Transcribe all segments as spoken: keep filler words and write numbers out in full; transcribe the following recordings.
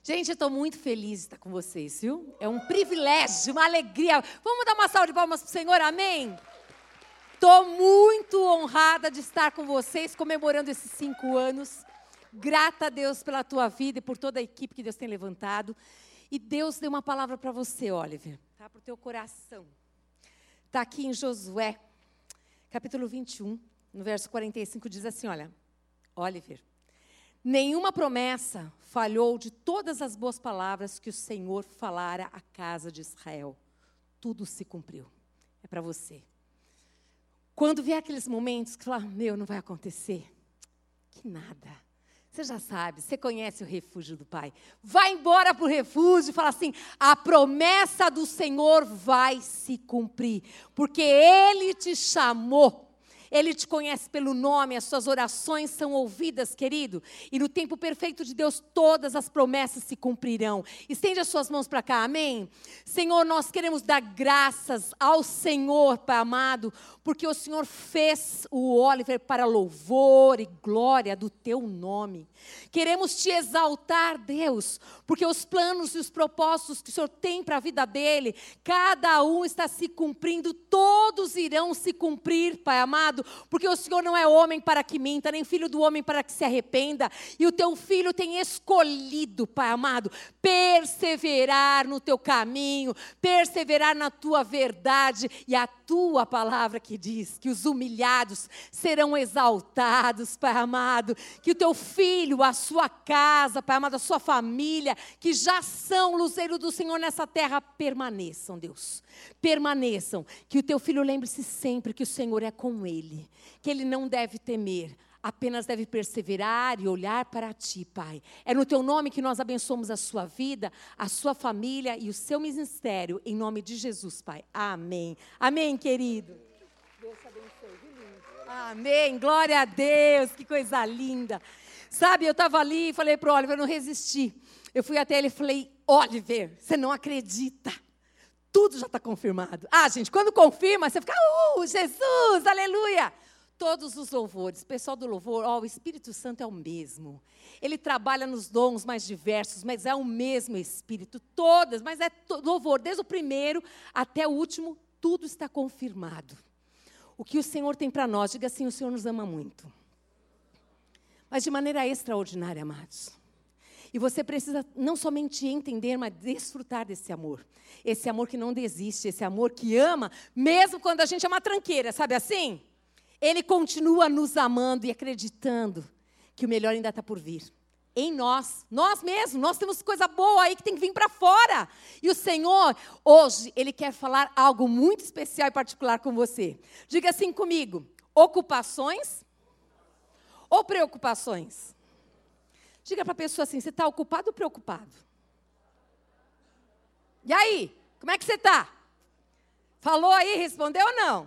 Gente, eu estou muito feliz de estar com vocês, viu? É um privilégio, uma alegria. Vamos dar uma salva de palmas para o Senhor, amém? Estou muito honrada de estar com vocês, comemorando esses cinco anos. Grata a Deus pela tua vida e por toda a equipe que Deus tem levantado. E Deus deu uma palavra para você, Oliver, tá? Para o teu coração. Está aqui em Josué, capítulo vinte e um, no verso quarenta e cinco, diz assim, olha, Oliver, nenhuma promessa falhou de todas as boas palavras que o Senhor falara à casa de Israel. Tudo se cumpriu. É para você. Quando vier aqueles momentos que fala, meu, não vai acontecer. Que nada. Você já sabe, você conhece o refúgio do Pai. Vai embora para o refúgio e fala assim, a promessa do Senhor vai se cumprir. Porque Ele te chamou. Ele te conhece pelo nome, as suas orações são ouvidas, querido. E no tempo perfeito de Deus, todas as promessas se cumprirão. Estende as suas mãos para cá, amém? Senhor, nós queremos dar graças ao Senhor, Pai amado, porque o Senhor fez o Oliver para louvor e glória do teu nome. Queremos te exaltar, Deus, porque os planos e os propósitos que o Senhor tem para a vida dele, cada um está se cumprindo, todos irão se cumprir, Pai amado, porque o Senhor não é homem para que minta, nem filho do homem para que se arrependa, e o teu filho tem escolhido, Pai amado, perseverar no teu caminho, perseverar na tua verdade, e a tua palavra que diz que os humilhados serão exaltados, Pai amado, que o teu filho, a sua casa, Pai amado, a sua família, que já são luzeiro do Senhor nessa terra, permaneçam, Deus, permaneçam, que o teu filho lembre-se sempre que o Senhor é com ele, que ele não deve temer, apenas deve perseverar e olhar para ti, Pai. É no teu nome que nós abençoamos a sua vida, a sua família e o seu ministério, em nome de Jesus, Pai. Amém. Amém, querido. Deus te abençoe, que lindo. Amém. Glória a Deus, que coisa linda. Sabe, eu estava ali e falei para o Oliver, eu não resisti. Eu fui até ele e falei, Oliver, você não acredita. Tudo já está confirmado. Ah, gente, quando confirma, você fica, uh, Jesus, aleluia. Todos os louvores, pessoal do louvor, ó, o Espírito Santo é o mesmo. Ele trabalha nos dons mais diversos, mas é o mesmo Espírito. Todas, mas é louvor, desde o primeiro até o último, tudo está confirmado. O que o Senhor tem para nós, diga assim, o Senhor nos ama muito. Mas de maneira extraordinária, amados. E você precisa não somente entender, mas desfrutar desse amor. Esse amor que não desiste, esse amor que ama, mesmo quando a gente é uma tranqueira, sabe assim? Ele continua nos amando e acreditando que o melhor ainda está por vir. Em nós, nós mesmos, nós temos coisa boa aí que tem que vir para fora. E o Senhor, hoje, Ele quer falar algo muito especial e particular com você. Diga assim comigo, ocupações ou preocupações? Diga para a pessoa assim, você está ocupado ou preocupado? E aí, como é que você está? Falou aí, respondeu ou não?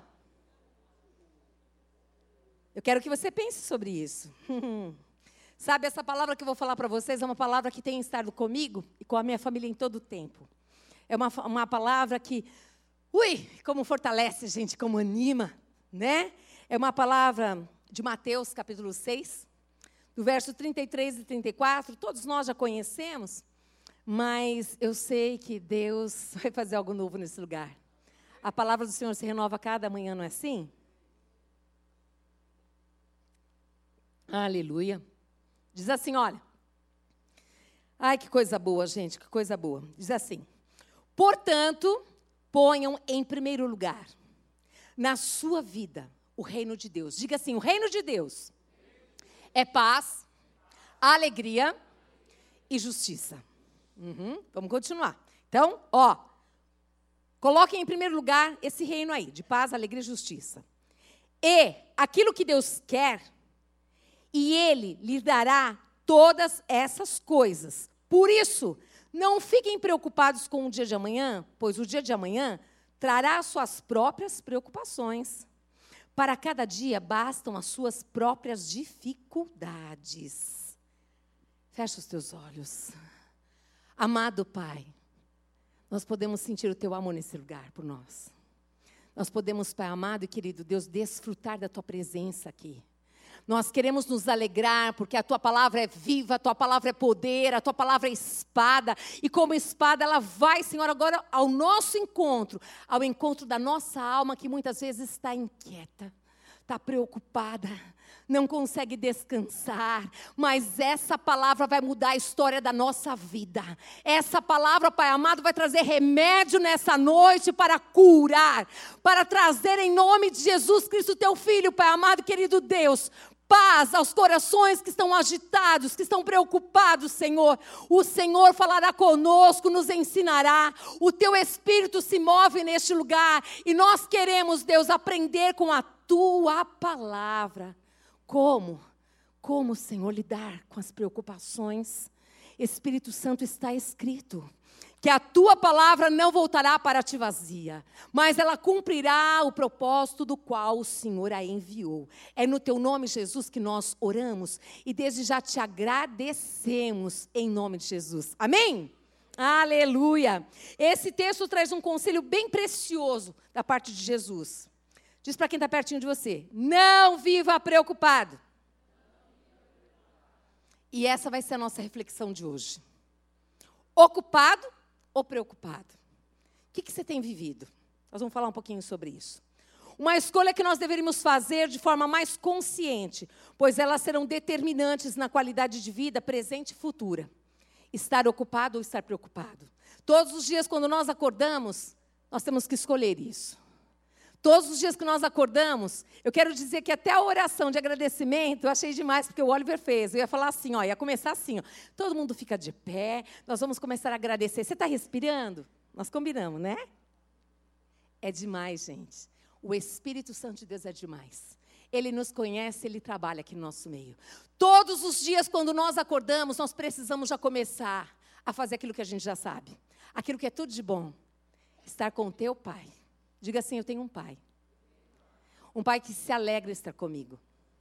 Eu quero que você pense sobre isso. Sabe, essa palavra que eu vou falar para vocês é uma palavra que tem estado comigo e com a minha família em todo o tempo. É uma, uma palavra que, ui, como fortalece, gente, como anima, né? É uma palavra de Mateus, capítulo seis, do verso trinta e três e trinta e quatro, todos nós já conhecemos, mas eu sei que Deus vai fazer algo novo nesse lugar. A palavra do Senhor se renova cada manhã, não é assim? Aleluia. Diz assim, olha. Ai, que coisa boa, gente, que coisa boa. Diz assim, portanto, ponham em primeiro lugar, na sua vida, o reino de Deus. Diga assim, o reino de Deus é paz, alegria e justiça. Uhum, vamos continuar. Então, ó, coloquem em primeiro lugar esse reino aí, de paz, alegria e justiça. E aquilo que Deus quer, e Ele lhe dará todas essas coisas. Por isso, não fiquem preocupados com o dia de amanhã, pois o dia de amanhã trará suas próprias preocupações. Para cada dia bastam as suas próprias dificuldades. Fecha os teus olhos. Amado Pai, nós podemos sentir o teu amor nesse lugar por nós. Nós podemos, Pai amado e querido Deus, desfrutar da tua presença aqui. Nós queremos nos alegrar, porque a Tua palavra é viva, a Tua palavra é poder, a Tua palavra é espada. E como espada, ela vai, Senhor, agora ao nosso encontro, ao encontro da nossa alma, que muitas vezes está inquieta, está preocupada, não consegue descansar, mas essa palavra vai mudar a história da nossa vida. Essa palavra, Pai amado, vai trazer remédio nessa noite para curar, para trazer em nome de Jesus Cristo, Teu Filho, Pai amado, querido Deus, paz aos corações que estão agitados, que estão preocupados, Senhor. O Senhor falará conosco, nos ensinará. O Teu Espírito se move neste lugar. E nós queremos, Deus, aprender com a Tua palavra. Como? Como, Senhor, lidar com as preocupações? Espírito Santo, está escrito que a Tua palavra não voltará para Ti vazia, mas ela cumprirá o propósito do qual o Senhor a enviou. É no Teu nome, Jesus, que nós oramos e desde já Te agradecemos em nome de Jesus. Amém? Aleluia! Esse texto traz um conselho bem precioso da parte de Jesus. Diz para quem está pertinho de você: não viva preocupado. E essa vai ser a nossa reflexão de hoje. Ocupado ou preocupado? O que, que você tem vivido? Nós vamos falar um pouquinho sobre isso. Uma escolha que nós deveríamos fazer de forma mais consciente, pois elas serão determinantes na qualidade de vida presente e futura. Estar ocupado ou estar preocupado. Todos os dias, quando nós acordamos, nós temos que escolher isso. Todos os dias que nós acordamos, eu quero dizer que até a oração de agradecimento eu achei demais, porque o Oliver fez. Eu ia falar assim, ó, ia começar assim, ó. Todo mundo fica de pé, nós vamos começar a agradecer. Você está respirando? Nós combinamos, né? É demais, gente. O Espírito Santo de Deus é demais. Ele nos conhece, Ele trabalha aqui no nosso meio. Todos os dias, quando nós acordamos, nós precisamos já começar a fazer aquilo que a gente já sabe. Aquilo que é tudo de bom. Estar com o teu Pai. Diga assim, eu tenho um pai. Um pai que se alegra em estar comigo.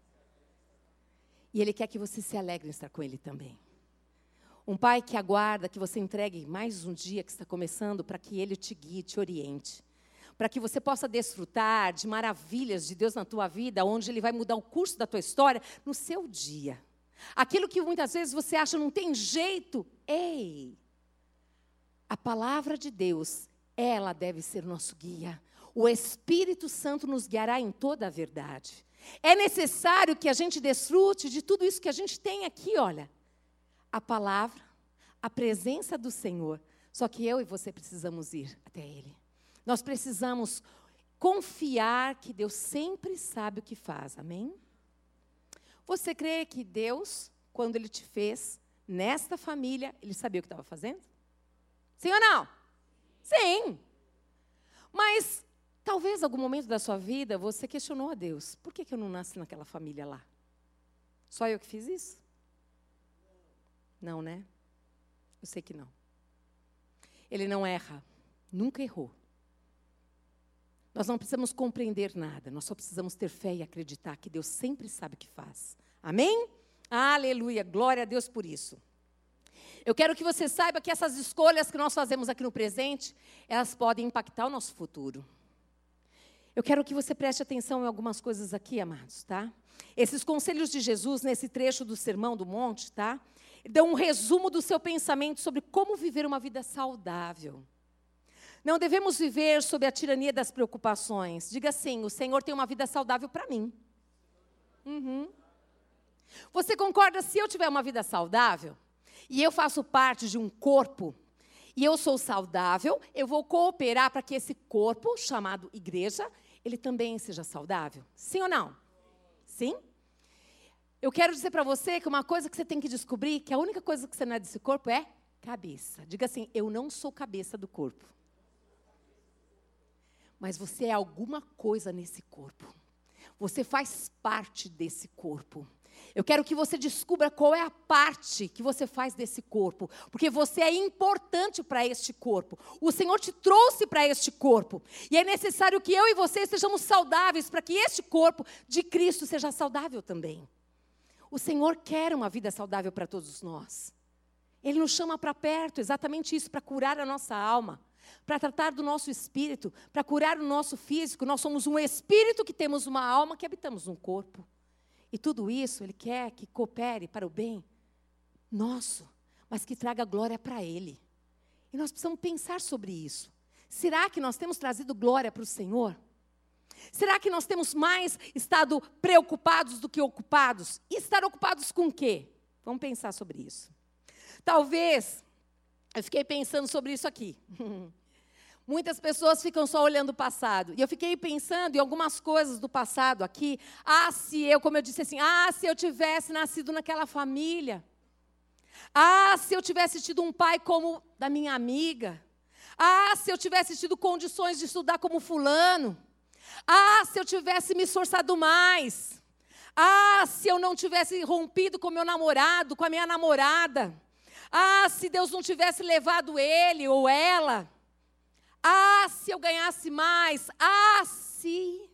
E Ele quer que você se alegre em estar com Ele também. Um pai que aguarda que você entregue mais um dia que está começando para que Ele te guie, te oriente. Para que você possa desfrutar de maravilhas de Deus na tua vida, onde Ele vai mudar o curso da tua história no seu dia. Aquilo que muitas vezes você acha não tem jeito. Ei! A palavra de Deus, ela deve ser nosso guia. O Espírito Santo nos guiará em toda a verdade. É necessário que a gente desfrute de tudo isso que a gente tem aqui, olha. A palavra, a presença do Senhor. Só que eu e você precisamos ir até Ele. Nós precisamos confiar que Deus sempre sabe o que faz, amém? Você crê que Deus, quando Ele te fez, nesta família, Ele sabia o que estava fazendo? Sim ou não? Sim. Mas, talvez, em algum momento da sua vida, você questionou a Deus. Por que, que eu não nasci naquela família lá? Só eu que fiz isso? Não, né? Eu sei que não. Ele não erra. Nunca errou. Nós não precisamos compreender nada. Nós só precisamos ter fé e acreditar que Deus sempre sabe o que faz. Amém? Aleluia. Glória a Deus por isso. Eu quero que você saiba que essas escolhas que nós fazemos aqui no presente, elas podem impactar o nosso futuro. Eu quero que você preste atenção em algumas coisas aqui, amados, tá? Esses conselhos de Jesus, nesse trecho do Sermão do Monte, tá? Dão um resumo do seu pensamento sobre como viver uma vida saudável. Não devemos viver sob a tirania das preocupações. Diga assim, o Senhor tem uma vida saudável para mim. Uhum. Você concorda, se eu tiver uma vida saudável, e eu faço parte de um corpo, e eu sou saudável, eu vou cooperar para que esse corpo, chamado igreja, ele também seja saudável? Sim ou não? Sim? Eu quero dizer para você que uma coisa que você tem que descobrir, que a única coisa que você não é desse corpo é cabeça. Diga assim, eu não sou cabeça do corpo. Mas você é alguma coisa nesse corpo. Você faz parte desse corpo. Eu quero que você descubra qual é a parte que você faz desse corpo, porque você é importante para este corpo. O Senhor te trouxe para este corpo, e é necessário que eu e você estejamos saudáveis para que este corpo de Cristo seja saudável também. O Senhor quer uma vida saudável para todos nós. Ele nos chama para perto, exatamente isso, para curar a nossa alma, para tratar do nosso espírito, para curar o nosso físico. Nós somos um espírito que temos uma alma que habitamos um corpo. E tudo isso Ele quer que coopere para o bem nosso, mas que traga glória para Ele. E nós precisamos pensar sobre isso. Será que nós temos trazido glória para o Senhor? Será que nós temos mais estado preocupados do que ocupados? E estar ocupados com o quê? Vamos pensar sobre isso. Talvez, eu fiquei pensando sobre isso aqui. Muitas pessoas ficam só olhando o passado. E eu fiquei pensando em algumas coisas do passado aqui. Ah, se eu, como eu disse assim, ah, se eu tivesse nascido naquela família. Ah, se eu tivesse tido um pai como da minha amiga. Ah, se eu tivesse tido condições de estudar como fulano. Ah, se eu tivesse me esforçado mais. Ah, se eu não tivesse rompido com meu namorado, com a minha namorada. Ah, se Deus não tivesse levado ele ou ela. Ah, se eu ganhasse mais. Ah, se...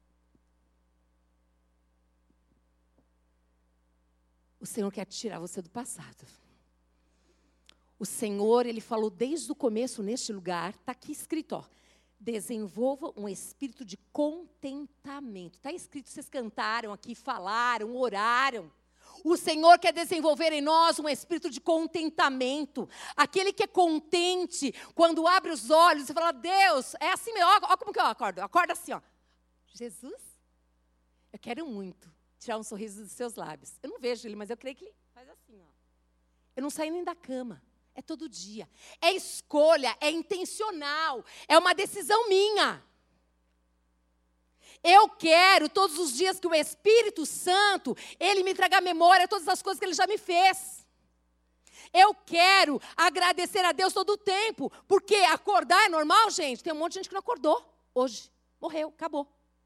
O Senhor quer tirar você do passado. O Senhor, Ele falou desde o começo neste lugar, está aqui escrito, ó. Desenvolva um espírito de contentamento. Está escrito, vocês cantaram aqui, falaram, oraram. O Senhor quer desenvolver em nós um espírito de contentamento. Aquele que é contente, quando abre os olhos e fala, Deus, é assim mesmo, olha como que eu acordo. Eu acordo assim, ó. Jesus, eu quero muito tirar um sorriso dos seus lábios. Eu não vejo ele, mas eu creio que ele faz assim, ó. Eu não saio nem da cama. É todo dia. É escolha, é intencional. É uma decisão minha. Eu quero todos os dias que o Espírito Santo, Ele me traga à memória todas as coisas que Ele já me fez. Eu quero agradecer a Deus todo o tempo. Porque acordar é normal, gente? Tem um monte de gente que não acordou hoje. Morreu, acabou.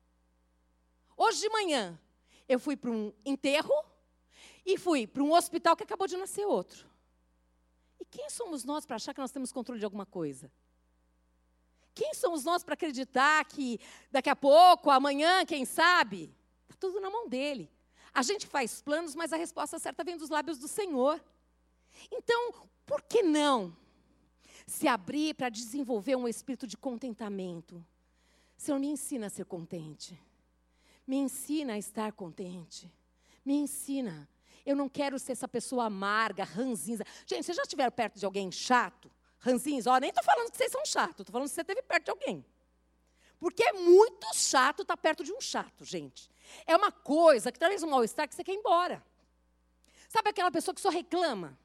Hoje de manhã, eu fui para um enterro e fui para um hospital que acabou de nascer outro. E quem somos nós para achar que nós temos controle de alguma coisa? Quem somos nós para acreditar que daqui a pouco, amanhã, quem sabe? Está tudo na mão dele. A gente faz planos, mas a resposta certa vem dos lábios do Senhor. Então, por que não se abrir para desenvolver um espírito de contentamento? Senhor, me ensina a ser contente. Me ensina a estar contente. Me ensina. Eu não quero ser essa pessoa amarga, ranzinza. Gente, vocês já estiveram perto de alguém chato? Ranzinza? Ó, nem estou falando que vocês são chatos. Estou falando que você esteve perto de alguém. Porque é muito chato estar perto de um chato, gente. É uma coisa que traz um mal-estar que você quer ir embora. Sabe aquela pessoa que só reclama?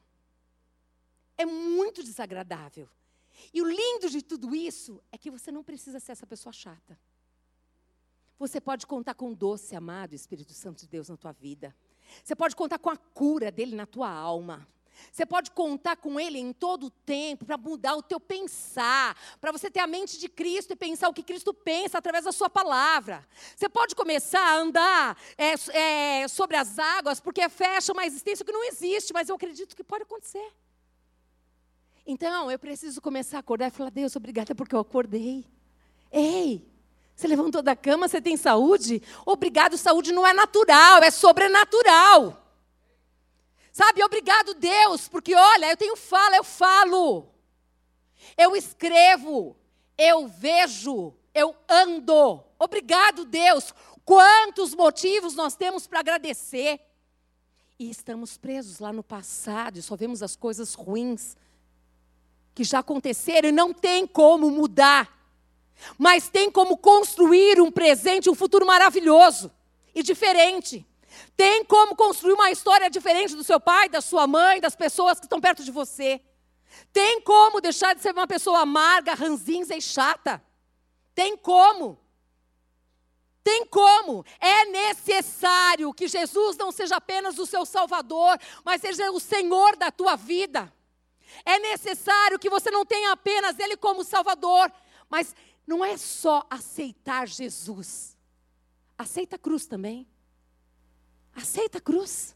É muito desagradável. E o lindo de tudo isso é que você não precisa ser essa pessoa chata. Você pode contar com o doce, amado Espírito Santo de Deus na tua vida. Você pode contar com a cura dele na tua alma. Você pode contar com ele em todo o tempo para mudar o teu pensar, para você ter a mente de Cristo e pensar o que Cristo pensa através da sua palavra. Você pode começar a andar é, é, sobre as águas, porque fecha uma existência que não existe, mas eu acredito que pode acontecer. Então, eu preciso começar a acordar e falar, Deus, obrigada porque eu acordei. Ei! Você levantou da cama, você tem saúde? Obrigado, saúde não é natural, é sobrenatural. Sabe, obrigado Deus, porque olha, eu tenho fala, eu falo. Eu escrevo, eu vejo, eu ando. Obrigado Deus. Quantos motivos nós temos para agradecer. E estamos presos lá no passado e só vemos as coisas ruins que já aconteceram e não tem como mudar. Mas tem como construir um presente, um futuro maravilhoso e diferente. Tem como construir uma história diferente do seu pai, da sua mãe, das pessoas que estão perto de você. Tem como deixar de ser uma pessoa amarga, ranzinza e chata. Tem como. Tem como. É necessário que Jesus não seja apenas o seu Salvador, mas seja o Senhor da tua vida. É necessário que você não tenha apenas Ele como Salvador, mas não é só aceitar Jesus. Aceita a cruz também. Aceita a cruz.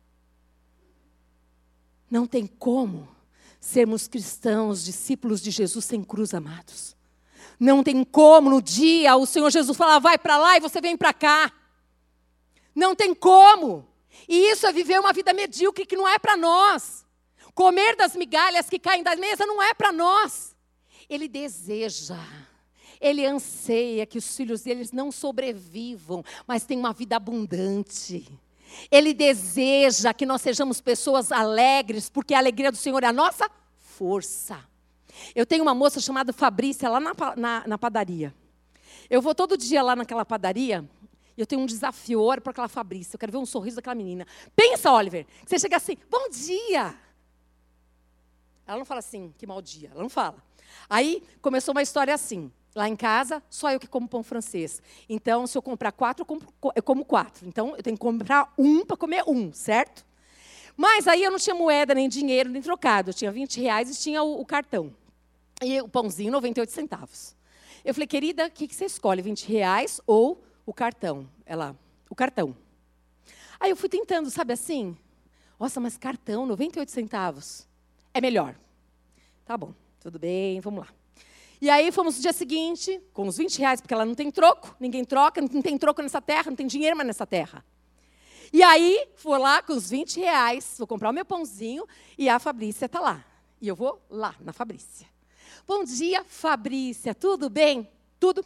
Não tem como sermos cristãos, discípulos de Jesus sem cruz, amados. Não tem como no dia o Senhor Jesus falar, vai para lá e você vem para cá. Não tem como. E isso é viver uma vida medíocre que não é para nós. Comer das migalhas que caem da mesa não é para nós. Ele deseja... Ele anseia que os filhos deles não sobrevivam, mas tenham uma vida abundante. Ele deseja que nós sejamos pessoas alegres, porque a alegria do Senhor é a nossa força. Eu tenho uma moça chamada Fabrícia lá na, na, na padaria. Eu vou todo dia lá naquela padaria e eu tenho um desafio, oro para aquela Fabrícia. Eu quero ver um sorriso daquela menina. Pensa, Oliver, que você chega assim, bom dia. Ela não fala assim, que mau dia. Ela não fala. Aí começou uma história assim. Lá em casa, só eu que como pão francês. Então, se eu comprar quatro, eu, compro, eu como quatro. Então, eu tenho que comprar um para comer um, certo? Mas aí eu não tinha moeda, nem dinheiro, nem trocado. Eu tinha vinte reais e tinha o, o cartão. E o pãozinho, noventa e oito centavos. Eu falei, querida, o que, que você escolhe? vinte reais ou o cartão? Ela, o cartão. Aí eu fui tentando, sabe assim? Nossa, mas cartão, noventa e oito centavos. É melhor. Tá bom, tudo bem, vamos lá. E aí fomos no dia seguinte, com os vinte reais, porque ela não tem troco, ninguém troca, não tem troco nessa terra, não tem dinheiro mais nessa terra. E aí, fui lá com os vinte reais, vou comprar o meu pãozinho, e a Fabrícia está lá. E eu vou lá, na Fabrícia. Bom dia, Fabrícia, tudo bem? Tudo?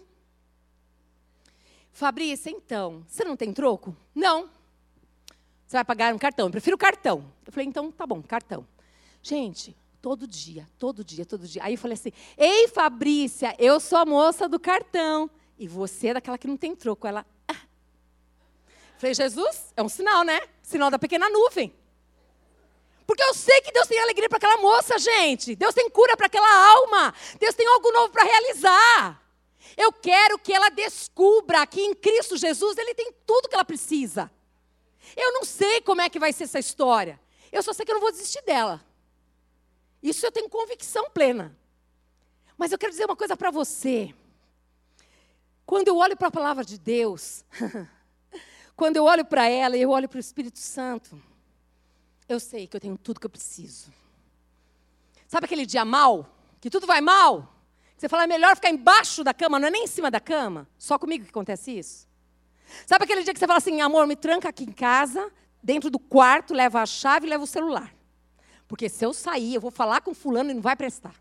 Fabrícia, então, você não tem troco? Não. Você vai pagar um cartão, eu prefiro cartão. Eu falei, então, tá bom, cartão. Gente, todo dia, todo dia, todo dia. Aí eu falei assim, ei, Fabrícia, eu sou a moça do cartão. E você é daquela que não tem troco. Ela, ah. Falei, Jesus, é um sinal, né? Sinal da pequena nuvem. Porque eu sei que Deus tem alegria para aquela moça, gente. Deus tem cura para aquela alma. Deus tem algo novo para realizar. Eu quero que ela descubra que em Cristo Jesus Ele tem tudo que ela precisa. Eu não sei como é que vai ser essa história. Eu só sei que eu não vou desistir dela. Isso eu tenho convicção plena. Mas eu quero dizer uma coisa para você. Quando eu olho para a palavra de Deus, quando eu olho para ela e eu olho para o Espírito Santo, eu sei que eu tenho tudo que eu preciso. Sabe aquele dia mal? Que tudo vai mal? Você fala, é melhor ficar embaixo da cama, não é nem em cima da cama? Só comigo que acontece isso? Sabe aquele dia que você fala assim, amor, me tranca aqui em casa, dentro do quarto, leva a chave e leva o celular. Porque se eu sair, eu vou falar com fulano e não vai prestar.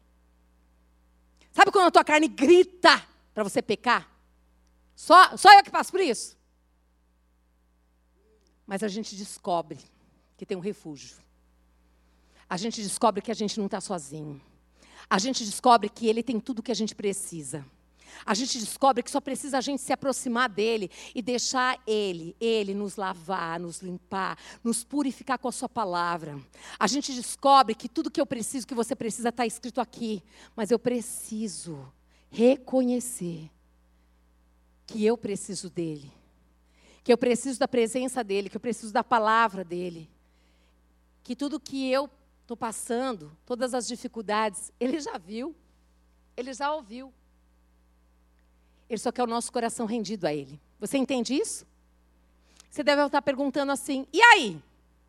Sabe quando a tua carne grita para você pecar? Só, só eu que passo por isso? Mas a gente descobre que tem um refúgio. A gente descobre que a gente não está sozinho. A gente descobre que Ele tem tudo o que a gente precisa. A gente descobre que só precisa a gente se aproximar dEle e deixar Ele, Ele nos lavar, nos limpar, nos purificar com a sua palavra. A gente descobre que tudo que eu preciso, que você precisa, está escrito aqui. Mas eu preciso reconhecer que eu preciso dEle. Que eu preciso da presença dEle, que eu preciso da palavra dEle. Que tudo que eu estou passando, todas as dificuldades, Ele já viu, Ele já ouviu. Ele só quer o nosso coração rendido a Ele. Você entende isso? Você deve estar perguntando assim, e aí?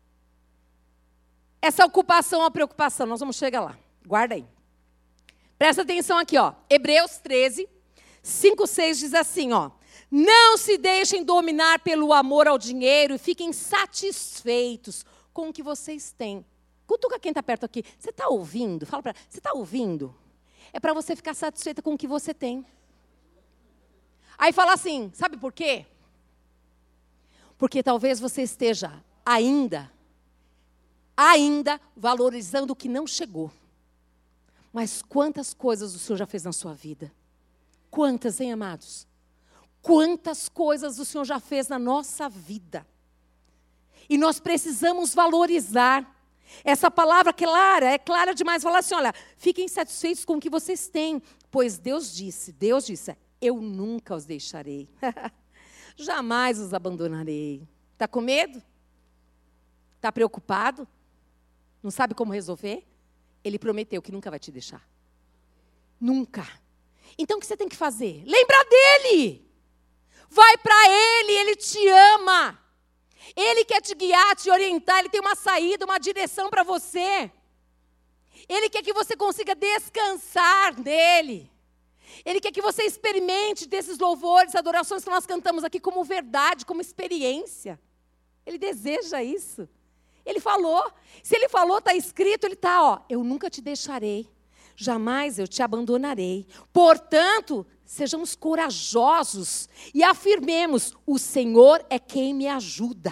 Essa ocupação ou preocupação, nós vamos chegar lá. Guarda aí. Presta atenção aqui, ó. Hebreus treze, cinco, seis diz assim, ó. Não se deixem dominar pelo amor ao dinheiro e fiquem satisfeitos com o que vocês têm. Cutuca quem está perto aqui. Você está ouvindo? Fala para ela. Você está ouvindo? É para você ficar satisfeita com o que você tem. Aí fala assim, sabe por quê? Porque talvez você esteja ainda, ainda valorizando o que não chegou. Mas quantas coisas o Senhor já fez na sua vida? Quantas, hein, amados? Quantas coisas o Senhor já fez na nossa vida? E nós precisamos valorizar. Essa palavra clara, é clara demais. Falar assim, olha, fiquem satisfeitos com o que vocês têm. Pois Deus disse, Deus disse, eu nunca os deixarei. Jamais os abandonarei. Está com medo? Está preocupado? Não sabe como resolver? Ele prometeu que nunca vai te deixar. Nunca. Então o que você tem que fazer? Lembra dele. Vai para ele, ele te ama. Ele quer te guiar, te orientar, ele tem uma saída, uma direção para você. Ele quer que você consiga descansar nele. Ele quer que você experimente desses louvores, adorações que nós cantamos aqui como verdade, como experiência. Ele deseja isso. Ele falou. Se ele falou, está escrito, ele está, ó, eu nunca te deixarei, jamais eu te abandonarei. Portanto, sejamos corajosos e afirmemos, o Senhor é quem me ajuda.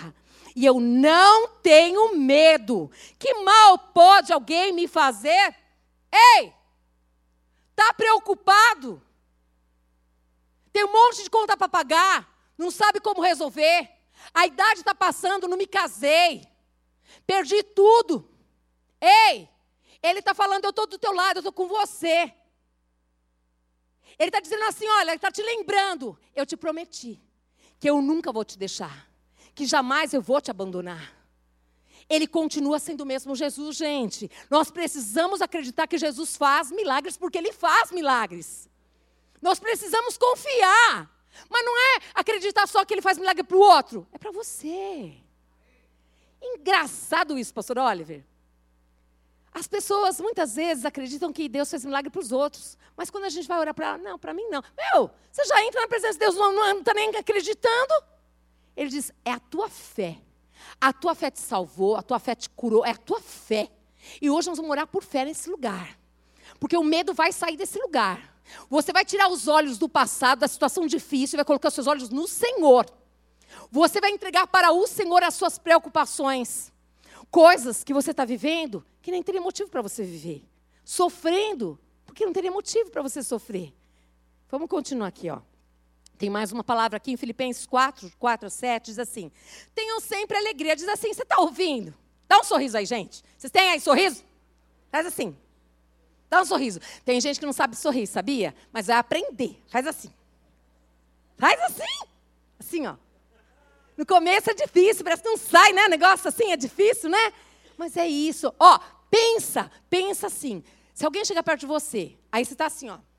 E eu não tenho medo. Que mal pode alguém me fazer? Ei! Está preocupado? Tem um monte de conta para pagar. Não sabe como resolver. A idade está passando, não me casei. Perdi tudo. Ei! Ele está falando, eu estou do teu lado, eu estou com você. Ele está dizendo assim, olha, ele está te lembrando. Eu te prometi que eu nunca vou te deixar. Que jamais eu vou te abandonar. Ele continua sendo o mesmo Jesus, gente. Nós precisamos acreditar que Jesus faz milagres porque Ele faz milagres. Nós precisamos confiar. Mas não é acreditar só que Ele faz milagre para o outro. É para você. Engraçado isso, pastor Oliver. As pessoas muitas vezes acreditam que Deus fez milagre para os outros. Mas quando a gente vai orar para ela, não, para mim não. Meu, você já entra na presença de Deus, não está nem acreditando. Ele diz, é a tua fé. A tua fé te salvou, a tua fé te curou, é a tua fé. E hoje nós vamos orar por fé nesse lugar. Porque o medo vai sair desse lugar. Você vai tirar os olhos do passado, da situação difícil, e vai colocar os seus olhos no Senhor. Você vai entregar para o Senhor as suas preocupações. Coisas que você está vivendo, que nem teria motivo para você viver. Sofrendo, porque não teria motivo para você sofrer. Vamos continuar aqui, ó. Tem mais uma palavra aqui em Filipenses quatro, quatro a sete, diz assim. Tenham sempre alegria. Diz assim, você está ouvindo? Dá um sorriso aí, gente. Vocês têm aí sorriso? Faz assim. Dá um sorriso. Tem gente que não sabe sorrir, sabia? Mas vai aprender. Faz assim. Faz assim. Assim, ó. No começo é difícil, parece que não sai, né? Negócio assim é difícil, né? Mas é isso. Ó, pensa, pensa assim. Se alguém chegar perto de você, aí você está assim, ó.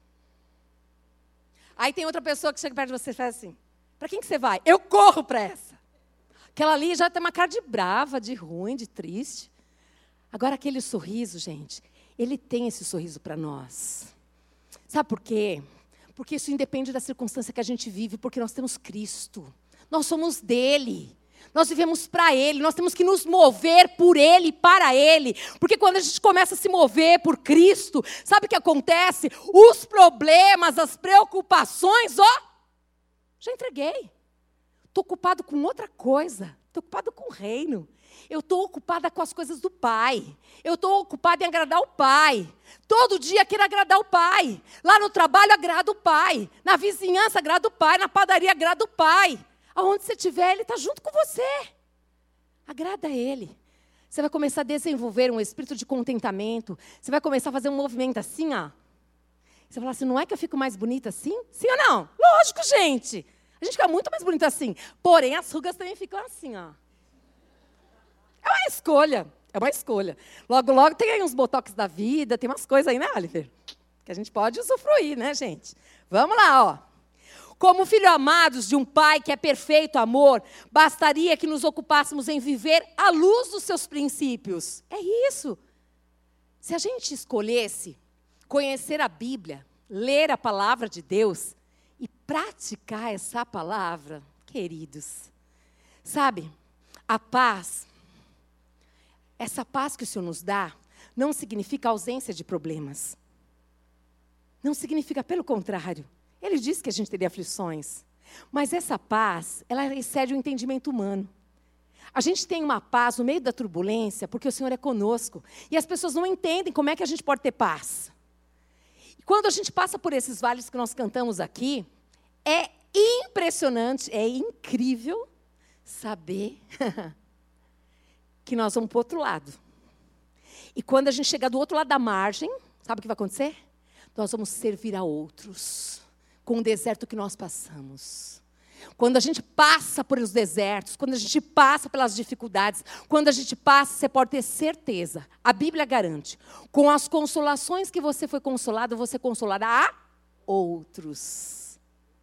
Aí tem outra pessoa que chega perto de você e faz assim. Para quem que você vai? Eu corro para essa. Aquela ali já tem uma cara de brava, de ruim, de triste. Agora aquele sorriso, gente, ele tem esse sorriso para nós. Sabe por quê? Porque isso independe da circunstância que a gente vive, porque nós temos Cristo. Nós somos dele. Nós vivemos para Ele, nós temos que nos mover por Ele e para Ele. Porque quando a gente começa a se mover por Cristo, sabe o que acontece? Os problemas, as preocupações, ó, já entreguei. Estou ocupado com outra coisa, estou ocupado com o reino. Eu estou ocupada com as coisas do Pai. Eu estou ocupada em agradar o Pai. Todo dia quero agradar o Pai. Lá no trabalho agrada o Pai. Na vizinhança agrada o Pai. Na padaria agrada o Pai. Aonde você estiver, Ele está junto com você. Agrada a Ele. Você vai começar a desenvolver um espírito de contentamento. Você vai começar a fazer um movimento assim, ó. Você vai falar assim, não é que eu fico mais bonita assim? Sim ou não? Lógico, gente. A gente fica muito mais bonita assim. Porém, as rugas também ficam assim, ó. É uma escolha. É uma escolha. Logo, logo, tem aí uns botox da vida, tem umas coisas aí, né, Oliver? Que a gente pode usufruir, né, gente? Vamos lá, ó. Como filhos amados de um Pai que é perfeito amor, bastaria que nos ocupássemos em viver à luz dos seus princípios. É isso. Se a gente escolhesse conhecer a Bíblia, ler a palavra de Deus e praticar essa palavra, queridos, sabe, a paz, essa paz que o Senhor nos dá, não significa ausência de problemas. Não significa, pelo contrário. Ele disse que a gente teria aflições. Mas essa paz, ela excede o entendimento humano. A gente tem uma paz no meio da turbulência, porque o Senhor é conosco. E as pessoas não entendem como é que a gente pode ter paz. E quando a gente passa por esses vales que nós cantamos aqui, é impressionante, é incrível saber que nós vamos para o outro lado. E quando a gente chegar do outro lado da margem, sabe o que vai acontecer? Nós vamos servir a outros. Com o deserto que nós passamos. Quando a gente passa por os desertos, quando a gente passa pelas dificuldades, quando a gente passa, você pode ter certeza, a Bíblia garante, com as consolações que você foi consolado, você consolará a outros.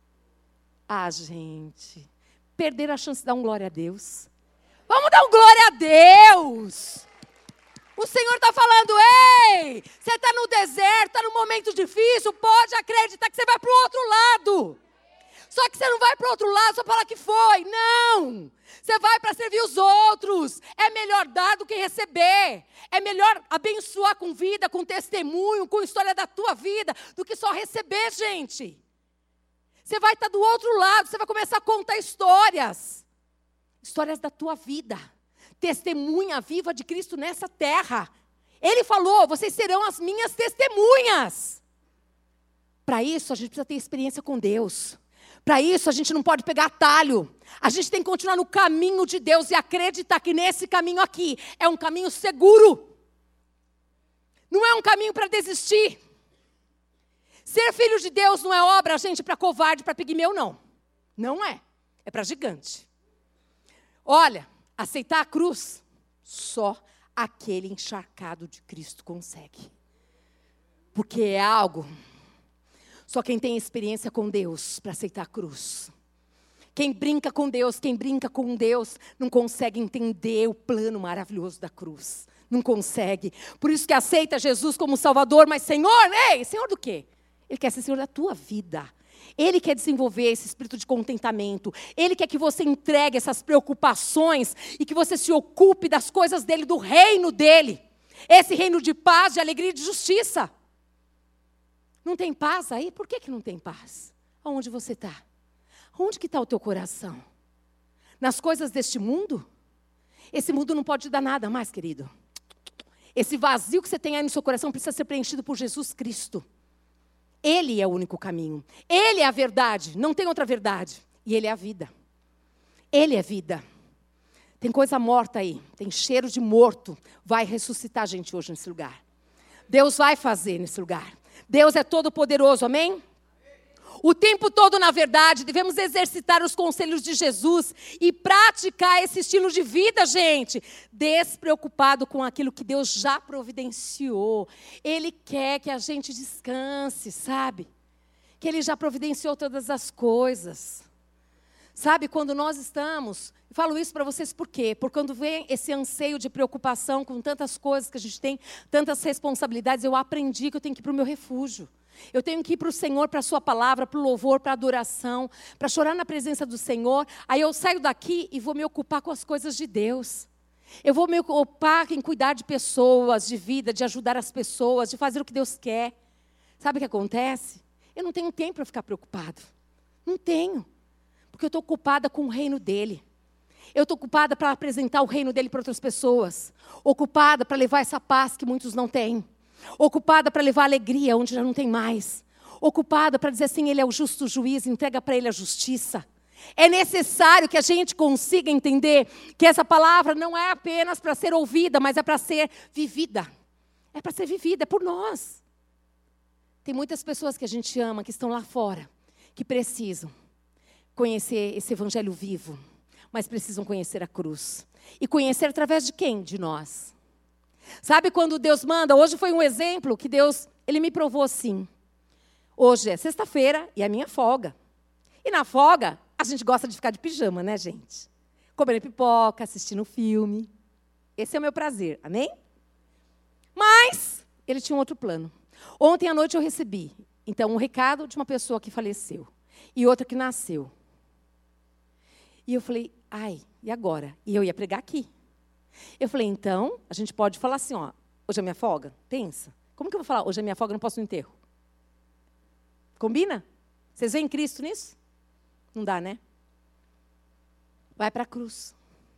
Ah, gente, perder a chance de dar um glória a Deus. Vamos dar um glória a Deus! O Senhor está falando, ei, você está no deserto, está num momento difícil, pode acreditar que você vai para o outro lado. Só que você não vai para o outro lado só para falar que foi, não. Você vai para servir os outros. É melhor dar do que receber. É melhor abençoar com vida, com testemunho, com história da tua vida, do que só receber, gente. Você vai estar do outro lado, você vai começar a contar histórias. histórias da tua vida. Testemunha viva de Cristo nessa terra. Ele falou, vocês serão as minhas testemunhas. Para isso, a gente precisa ter experiência com Deus. Para isso, a gente não pode pegar atalho. A gente tem que continuar no caminho de Deus e acreditar que nesse caminho aqui é um caminho seguro. Não é um caminho para desistir. Ser filho de Deus não é obra, gente, para covarde, para pigmeu, não. Não é. É para gigante. Olha, aceitar a cruz, só aquele encharcado de Cristo consegue. Porque é algo, só quem tem experiência com Deus para aceitar a cruz. Quem brinca com Deus, quem brinca com Deus, não consegue entender o plano maravilhoso da cruz. Não consegue. Por isso que aceita Jesus como Salvador, mas Senhor, ei, Senhor do quê? Ele quer ser Senhor da tua vida. Ele quer desenvolver esse espírito de contentamento. Ele quer que você entregue essas preocupações e que você se ocupe das coisas dele, do reino dele. Esse reino de paz, de alegria e de justiça. Não tem paz aí? Por que que não tem paz? Aonde você está? Onde que está o teu coração? Nas coisas deste mundo? Esse mundo não pode te dar nada mais, querido. Esse vazio que você tem aí no seu coração precisa ser preenchido por Jesus Cristo. Ele é o único caminho. Ele é a verdade, não tem outra verdade. E Ele é a vida. Ele é vida. Tem coisa morta aí, tem cheiro de morto. Vai ressuscitar a gente hoje nesse lugar. Deus vai fazer nesse lugar. Deus é todo poderoso, amém? O tempo todo, na verdade, devemos exercitar os conselhos de Jesus e praticar esse estilo de vida, gente, despreocupado com aquilo que Deus já providenciou. Ele quer que a gente descanse, sabe? Que Ele já providenciou todas as coisas. Sabe, quando nós estamos, eu falo isso para vocês por quê? Porque quando vem esse anseio de preocupação com tantas coisas que a gente tem, tantas responsabilidades, eu aprendi que eu tenho que ir para o meu refúgio. Eu tenho que ir para o Senhor, para a sua palavra, para o louvor, para a adoração, para chorar na presença do Senhor. Aí eu saio daqui e vou me ocupar com as coisas de Deus. Eu vou me ocupar em cuidar de pessoas, de vida, de ajudar as pessoas, de fazer o que Deus quer. Sabe o que acontece? Eu não tenho tempo para ficar preocupado. Não tenho. Porque eu estou ocupada com o reino dEle. Eu estou ocupada para apresentar o reino dEle para outras pessoas. Ocupada para levar essa paz que muitos não têm. Ocupada para levar alegria onde já não tem mais. Ocupada para dizer assim, Ele é o justo juiz, entrega para Ele a justiça. É necessário que a gente consiga entender que essa palavra não é apenas para ser ouvida, mas é para ser vivida. É para ser vivida, é por nós. Tem muitas pessoas que a gente ama, que estão lá fora, que precisam conhecer esse evangelho vivo, mas precisam conhecer a cruz. E conhecer através de quem? De nós. Sabe quando Deus manda? Hoje foi um exemplo que Deus, Ele me provou assim. Hoje é sexta-feira e é a minha folga. E na folga, a gente gosta de ficar de pijama, né, gente? Comendo pipoca, assistindo filme. Esse é o meu prazer, amém? Mas, Ele tinha um outro plano. Ontem à noite eu recebi, então, um recado de uma pessoa que faleceu. E outra que nasceu. E eu falei, ai, e agora? E eu ia pregar aqui. Eu falei, então, a gente pode falar assim, ó, hoje é minha folga? Pensa. Como que eu vou falar, hoje é minha folga, não posso ir no enterro? Combina? Vocês veem Cristo nisso? Não dá, né? Vai para a cruz.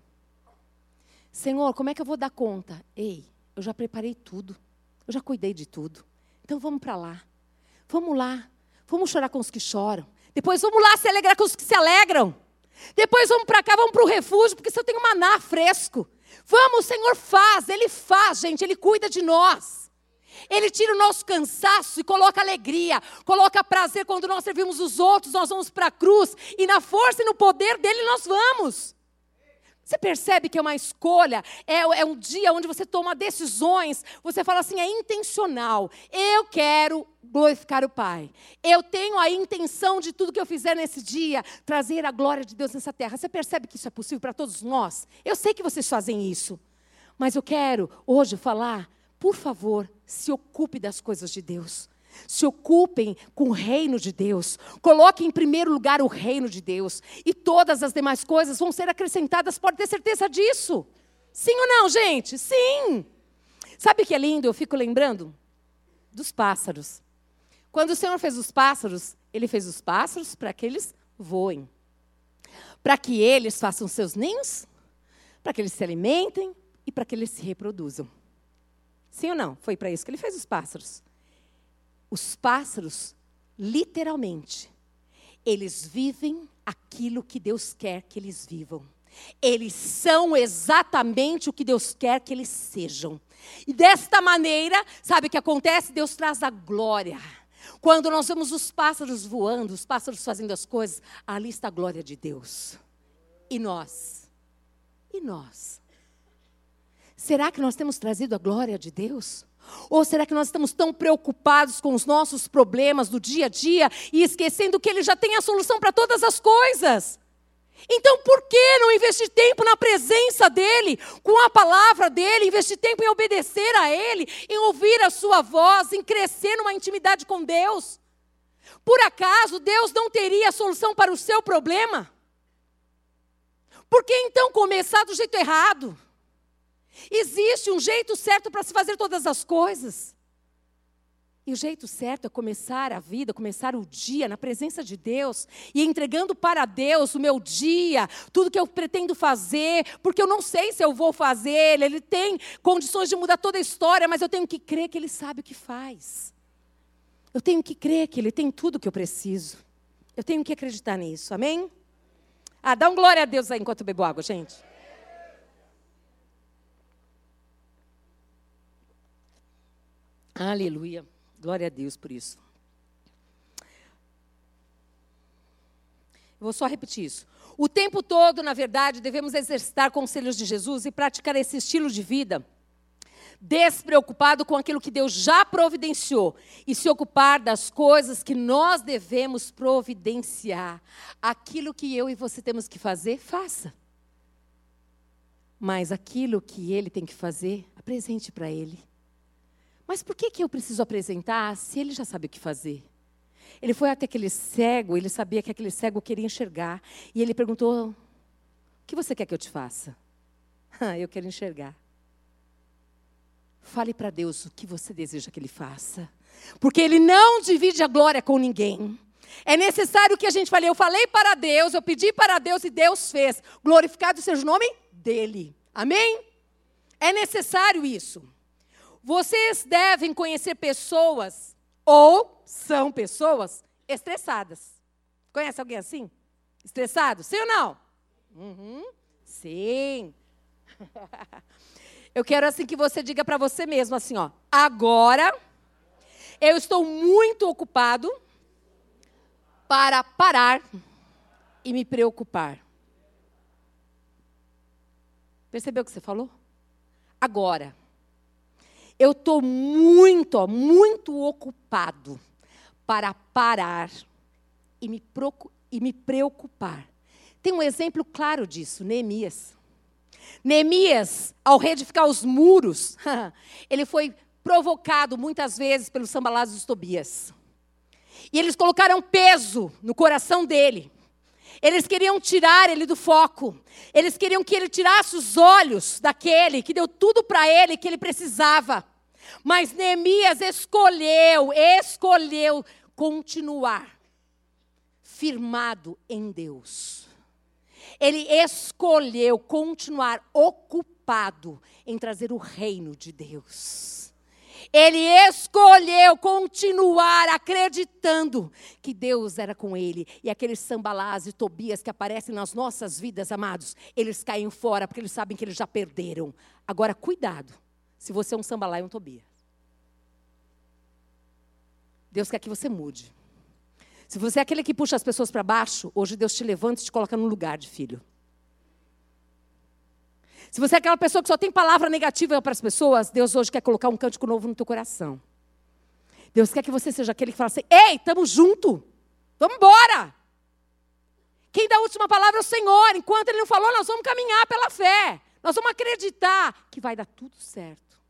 Senhor, como é que eu vou dar conta? Ei, eu já preparei tudo. Eu já cuidei de tudo. Então vamos para lá. Vamos lá. Vamos chorar com os que choram. Depois vamos lá se alegrar com os que se alegram. Depois vamos para cá, vamos para o refúgio, porque se eu tenho maná fresco. Vamos, o Senhor faz, Ele faz, gente, Ele cuida de nós. Ele tira o nosso cansaço e coloca alegria, coloca prazer. Quando nós servimos os outros, nós vamos para a cruz. E na força e no poder dEle nós vamos. Você percebe que é uma escolha, é, é um dia onde você toma decisões, você fala assim, é intencional. Eu quero glorificar o Pai. Eu tenho a intenção de tudo que eu fizer nesse dia, trazer a glória de Deus nessa terra. Você percebe que isso é possível para todos nós? Eu sei que vocês fazem isso. Mas eu quero hoje falar, por favor, se ocupe das coisas de Deus. Se ocupem com o reino de Deus. Coloquem em primeiro lugar o reino de Deus. E todas as demais coisas vão ser acrescentadas. Pode ter certeza disso. Sim ou não, gente? Sim. Sabe o que é lindo? Eu fico lembrando dos pássaros. Quando o Senhor fez os pássaros, Ele fez os pássaros para que eles voem. para que eles façam seus ninhos, para que eles se alimentem e para que eles se reproduzam. Sim ou não? Foi para isso que ele fez os pássaros. Os pássaros, literalmente, eles vivem aquilo que Deus quer que eles vivam. Eles são exatamente o que Deus quer que eles sejam. E desta maneira, sabe o que acontece? Deus traz a glória. Quando nós vemos os pássaros voando, os pássaros fazendo as coisas, ali está a glória de Deus. E nós? E nós? Será que nós temos trazido a glória de Deus? Ou será que nós estamos tão preocupados com os nossos problemas do dia a dia e esquecendo que Ele já tem a solução para todas as coisas? Então, por que não investir tempo na presença dEle, com a palavra dEle, investir tempo em obedecer a Ele, em ouvir a sua voz, em crescer numa intimidade com Deus? Por acaso Deus não teria a solução para o seu problema? Por que então começar do jeito errado? Existe um jeito certo para se fazer todas as coisas. E o jeito certo é começar a vida, começar o dia na presença de Deus e entregando para Deus o meu dia, tudo que eu pretendo fazer, porque eu não sei se eu vou fazer, Ele tem condições de mudar toda a história, mas eu tenho que crer que Ele sabe o que faz. Eu tenho que crer que Ele tem tudo o que eu preciso. Eu tenho que acreditar nisso, amém? Ah, dá um glória a Deus aí enquanto eu bebo água, gente. Aleluia. Glória a Deus por isso. Eu vou só repetir isso. O tempo todo, na verdade, devemos exercitar conselhos de Jesus e praticar esse estilo de vida despreocupado com aquilo que Deus já providenciou e se ocupar das coisas que nós devemos providenciar. Aquilo que eu e você temos que fazer, faça. Mas aquilo que Ele tem que fazer, apresente para Ele. Mas por que que eu preciso apresentar se Ele já sabe o que fazer? Ele foi até aquele cego, ele sabia que aquele cego queria enxergar. E ele perguntou, o que você quer que eu te faça? Ah, eu quero enxergar. Fale para Deus o que você deseja que Ele faça. Porque Ele não divide a glória com ninguém. É necessário que a gente fale, eu falei para Deus, eu pedi para Deus e Deus fez. Glorificado seja o nome dEle. Amém? É necessário isso. Vocês devem conhecer pessoas, ou são pessoas, estressadas. Conhece alguém assim? Estressado? Sim ou não? Uhum. Sim. Eu quero assim que você diga para você mesmo assim, ó. Agora, eu estou muito ocupado para parar e me preocupar. Percebeu o que você falou? Agora. Eu estou muito, ó, muito ocupado para parar e me, procu- e me preocupar. Tem um exemplo claro disso, Neemias. Neemias, ao reedificar os muros, ele foi provocado muitas vezes pelos Sambalás e os Tobias. E eles colocaram peso no coração dele. Eles queriam tirar ele do foco. Eles queriam que ele tirasse os olhos daquele que deu tudo para ele que ele precisava. Mas Neemias escolheu, escolheu continuar firmado em Deus. Ele escolheu continuar ocupado em trazer o reino de Deus. Ele escolheu continuar acreditando que Deus era com ele. E aqueles Sambalás e Tobias que aparecem nas nossas vidas, amados, eles caem fora porque eles sabem que eles já perderam. Agora, cuidado, se você é um Sambalá e um Tobias. Deus quer que você mude. Se você é aquele que puxa as pessoas para baixo, hoje Deus te levanta e te coloca no lugar de filho. Se você é aquela pessoa que só tem palavra negativa para as pessoas, Deus hoje quer colocar um cântico novo no teu coração. Deus quer que você seja aquele que fala assim, ei, estamos juntos, vamos embora. Quem dá a última palavra é o Senhor. Enquanto Ele não falou, nós vamos caminhar pela fé. Nós vamos acreditar que vai dar tudo certo.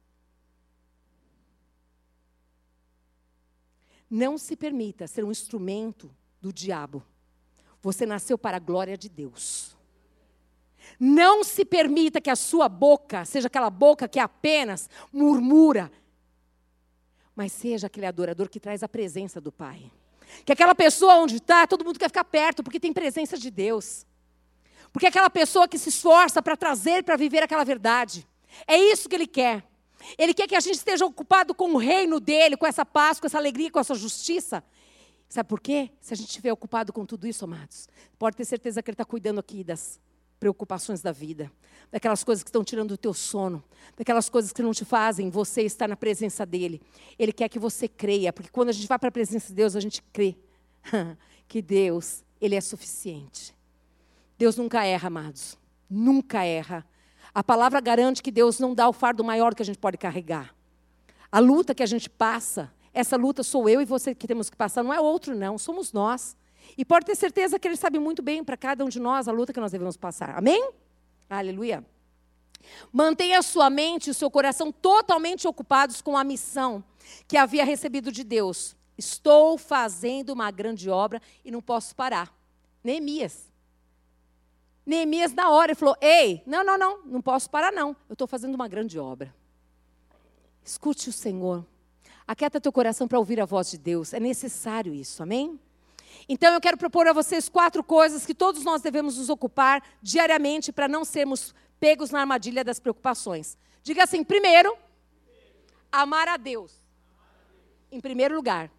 Não se permita ser um instrumento do diabo. Você nasceu para a glória de Deus. Não se permita que a sua boca seja aquela boca que apenas murmura, mas seja aquele adorador que traz a presença do Pai. que aquela pessoa onde está, todo mundo quer ficar perto, porque tem presença de Deus. Porque é aquela pessoa que se esforça para trazer, para viver aquela verdade. É isso que Ele quer. Ele quer que a gente esteja ocupado com o reino dEle, com essa paz, com essa alegria, com essa justiça. Sabe por quê? Se a gente estiver ocupado com tudo isso, amados, pode ter certeza que Ele está cuidando aqui das preocupações da vida, daquelas coisas que estão tirando o teu sono, daquelas coisas que não te fazem você estar na presença dEle. Ele quer que você creia, porque quando a gente vai para a presença de Deus, a gente crê que Deus, Ele é suficiente. Deus nunca erra, amados, nunca erra. A palavra garante que Deus não dá o fardo maior que a gente pode carregar. A luta que a gente passa, essa luta sou eu e você que temos que passar, não é outro não, somos nós. E pode ter certeza que Ele sabe muito bem para cada um de nós a luta que nós devemos passar. Amém? Aleluia. Mantenha a sua mente e o seu coração totalmente ocupados com a missão que havia recebido de Deus. Estou fazendo uma grande obra e não posso parar. Neemias. Neemias, na hora, ele falou, ei, não, não, não, não posso parar não. Eu estou fazendo uma grande obra. Escute o Senhor. Aquieta teu coração para ouvir a voz de Deus. É necessário isso, amém? Então, eu quero propor a vocês quatro coisas que todos nós devemos nos ocupar diariamente para não sermos pegos na armadilha das preocupações. Diga assim, primeiro, amar a Deus. Em primeiro lugar.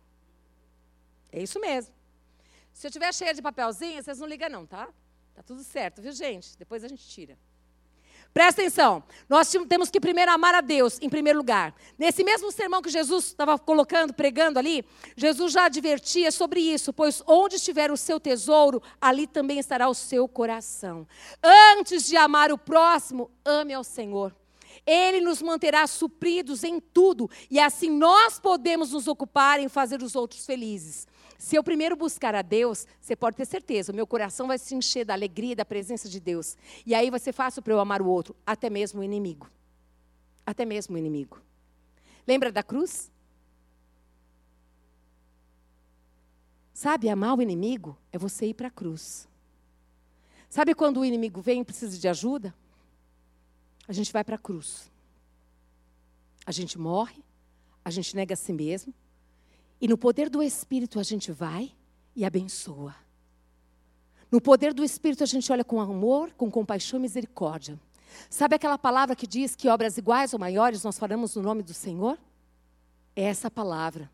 É isso mesmo. Se eu estiver cheia de papelzinho, vocês não ligam não, tá? Tá tudo certo, viu, gente? Depois a gente tira. Presta atenção, nós temos que primeiro amar a Deus, em primeiro lugar. Nesse mesmo sermão que Jesus estava colocando, pregando ali, Jesus já advertia sobre isso, pois onde estiver o seu tesouro, ali também estará o seu coração. Antes de amar o próximo, ame ao Senhor. Ele nos manterá supridos em tudo, e assim nós podemos nos ocupar em fazer os outros felizes. Se eu primeiro buscar a Deus, você pode ter certeza, o meu coração vai se encher da alegria e da presença de Deus. E aí vai ser fácil para eu amar o outro, até mesmo o inimigo. Até mesmo o inimigo. Lembra da cruz? Sabe, amar o inimigo é você ir para a cruz. Sabe quando o inimigo vem e precisa de ajuda? A gente vai para a cruz. A gente morre, a gente nega a si mesmo. E no poder do Espírito a gente vai e abençoa. No poder do Espírito a gente olha com amor, com compaixão e misericórdia. Sabe aquela palavra que diz que obras iguais ou maiores nós faremos no nome do Senhor? É essa palavra.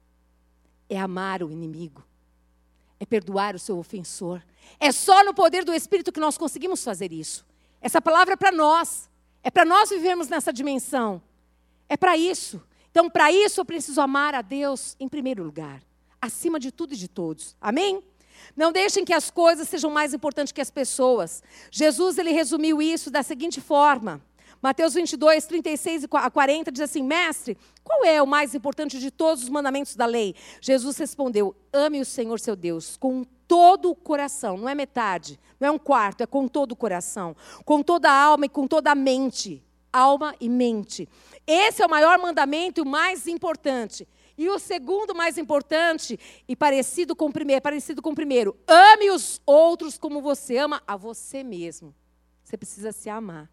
É amar o inimigo. É perdoar o seu ofensor. É só no poder do Espírito que nós conseguimos fazer isso. Essa palavra é para nós. É para nós vivermos nessa dimensão. É para isso. Então, para isso, eu preciso amar a Deus em primeiro lugar, acima de tudo e de todos. Amém? Não deixem que as coisas sejam mais importantes que as pessoas. Jesus, ele resumiu isso da seguinte forma. Mateus vinte e dois, trinta e seis a quarenta diz assim, mestre, qual é o mais importante de todos os mandamentos da lei? Jesus respondeu, ame o Senhor seu Deus com todo o coração, não é metade, não é um quarto, é com todo o coração, com toda a alma e com toda a mente. Alma e mente. Esse é o maior mandamento e o mais importante. E o segundo mais importante, e parecido com o primeiro, parecido com o primeiro, ame os outros como você ama a você mesmo. Você precisa se amar.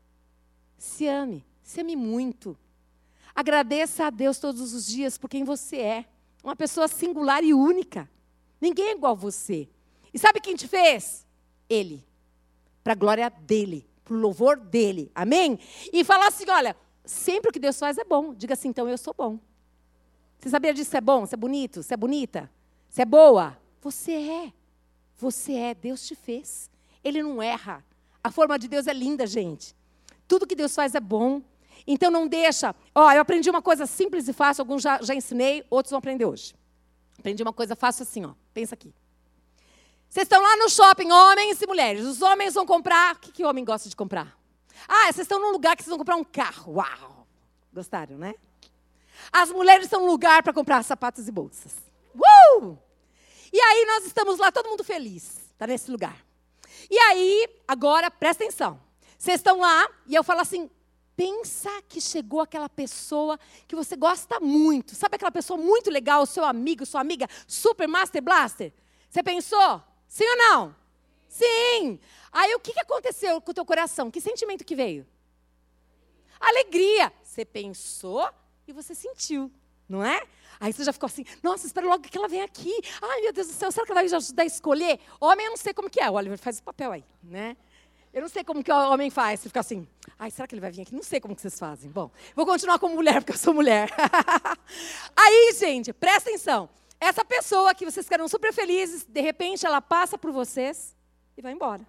Se ame, se ame muito. Agradeça a Deus todos os dias por quem você é. Uma pessoa singular e única. Ninguém é igual a você. E sabe quem te fez? Ele. Para a glória dele. Para o louvor dele, amém? E falar assim, olha, sempre o que Deus faz é bom. Diga assim, então eu sou bom. Você sabia disso? Você é bom? Você é bonito? Você é bonita? Você é boa? Você é. Você é. Deus te fez. Ele não erra. A forma de Deus é linda, gente. Tudo que Deus faz é bom. Então não deixa. Ó, eu aprendi uma coisa simples e fácil. Alguns já, já ensinei, outros vão aprender hoje. Aprendi uma coisa fácil assim, ó. Pensa aqui. Vocês estão lá no shopping, homens e mulheres. Os homens vão comprar... O que, que o homem gosta de comprar? Ah, vocês estão num lugar que vocês vão comprar um carro. Uau! Gostaram, né? As mulheres estão num lugar para comprar sapatos e bolsas. Uh! E aí nós estamos lá, todo mundo feliz. Está nesse lugar. E aí, agora, presta atenção. Vocês estão lá e eu falo assim... Pensa que chegou aquela pessoa que você gosta muito. Sabe aquela pessoa muito legal, seu amigo, sua amiga, super master blaster? Você pensou? Sim ou não? Sim. Aí o que que aconteceu com o teu coração? Que sentimento que veio? Alegria. Você pensou e você sentiu, não é? Aí você já ficou assim, nossa, espera logo que ela venha aqui. Ai, meu Deus do céu, será que ela vai ajudar a escolher? Homem, eu não sei como que é. O Oliver faz esse papel aí, né? Eu não sei como que o homem faz. Você fica assim, ai, será que ele vai vir aqui? Não sei como que vocês fazem. Bom, vou continuar como mulher, porque eu sou mulher. Aí, gente, presta atenção. Essa pessoa que vocês ficaram super felizes, de repente ela passa por vocês e vai embora.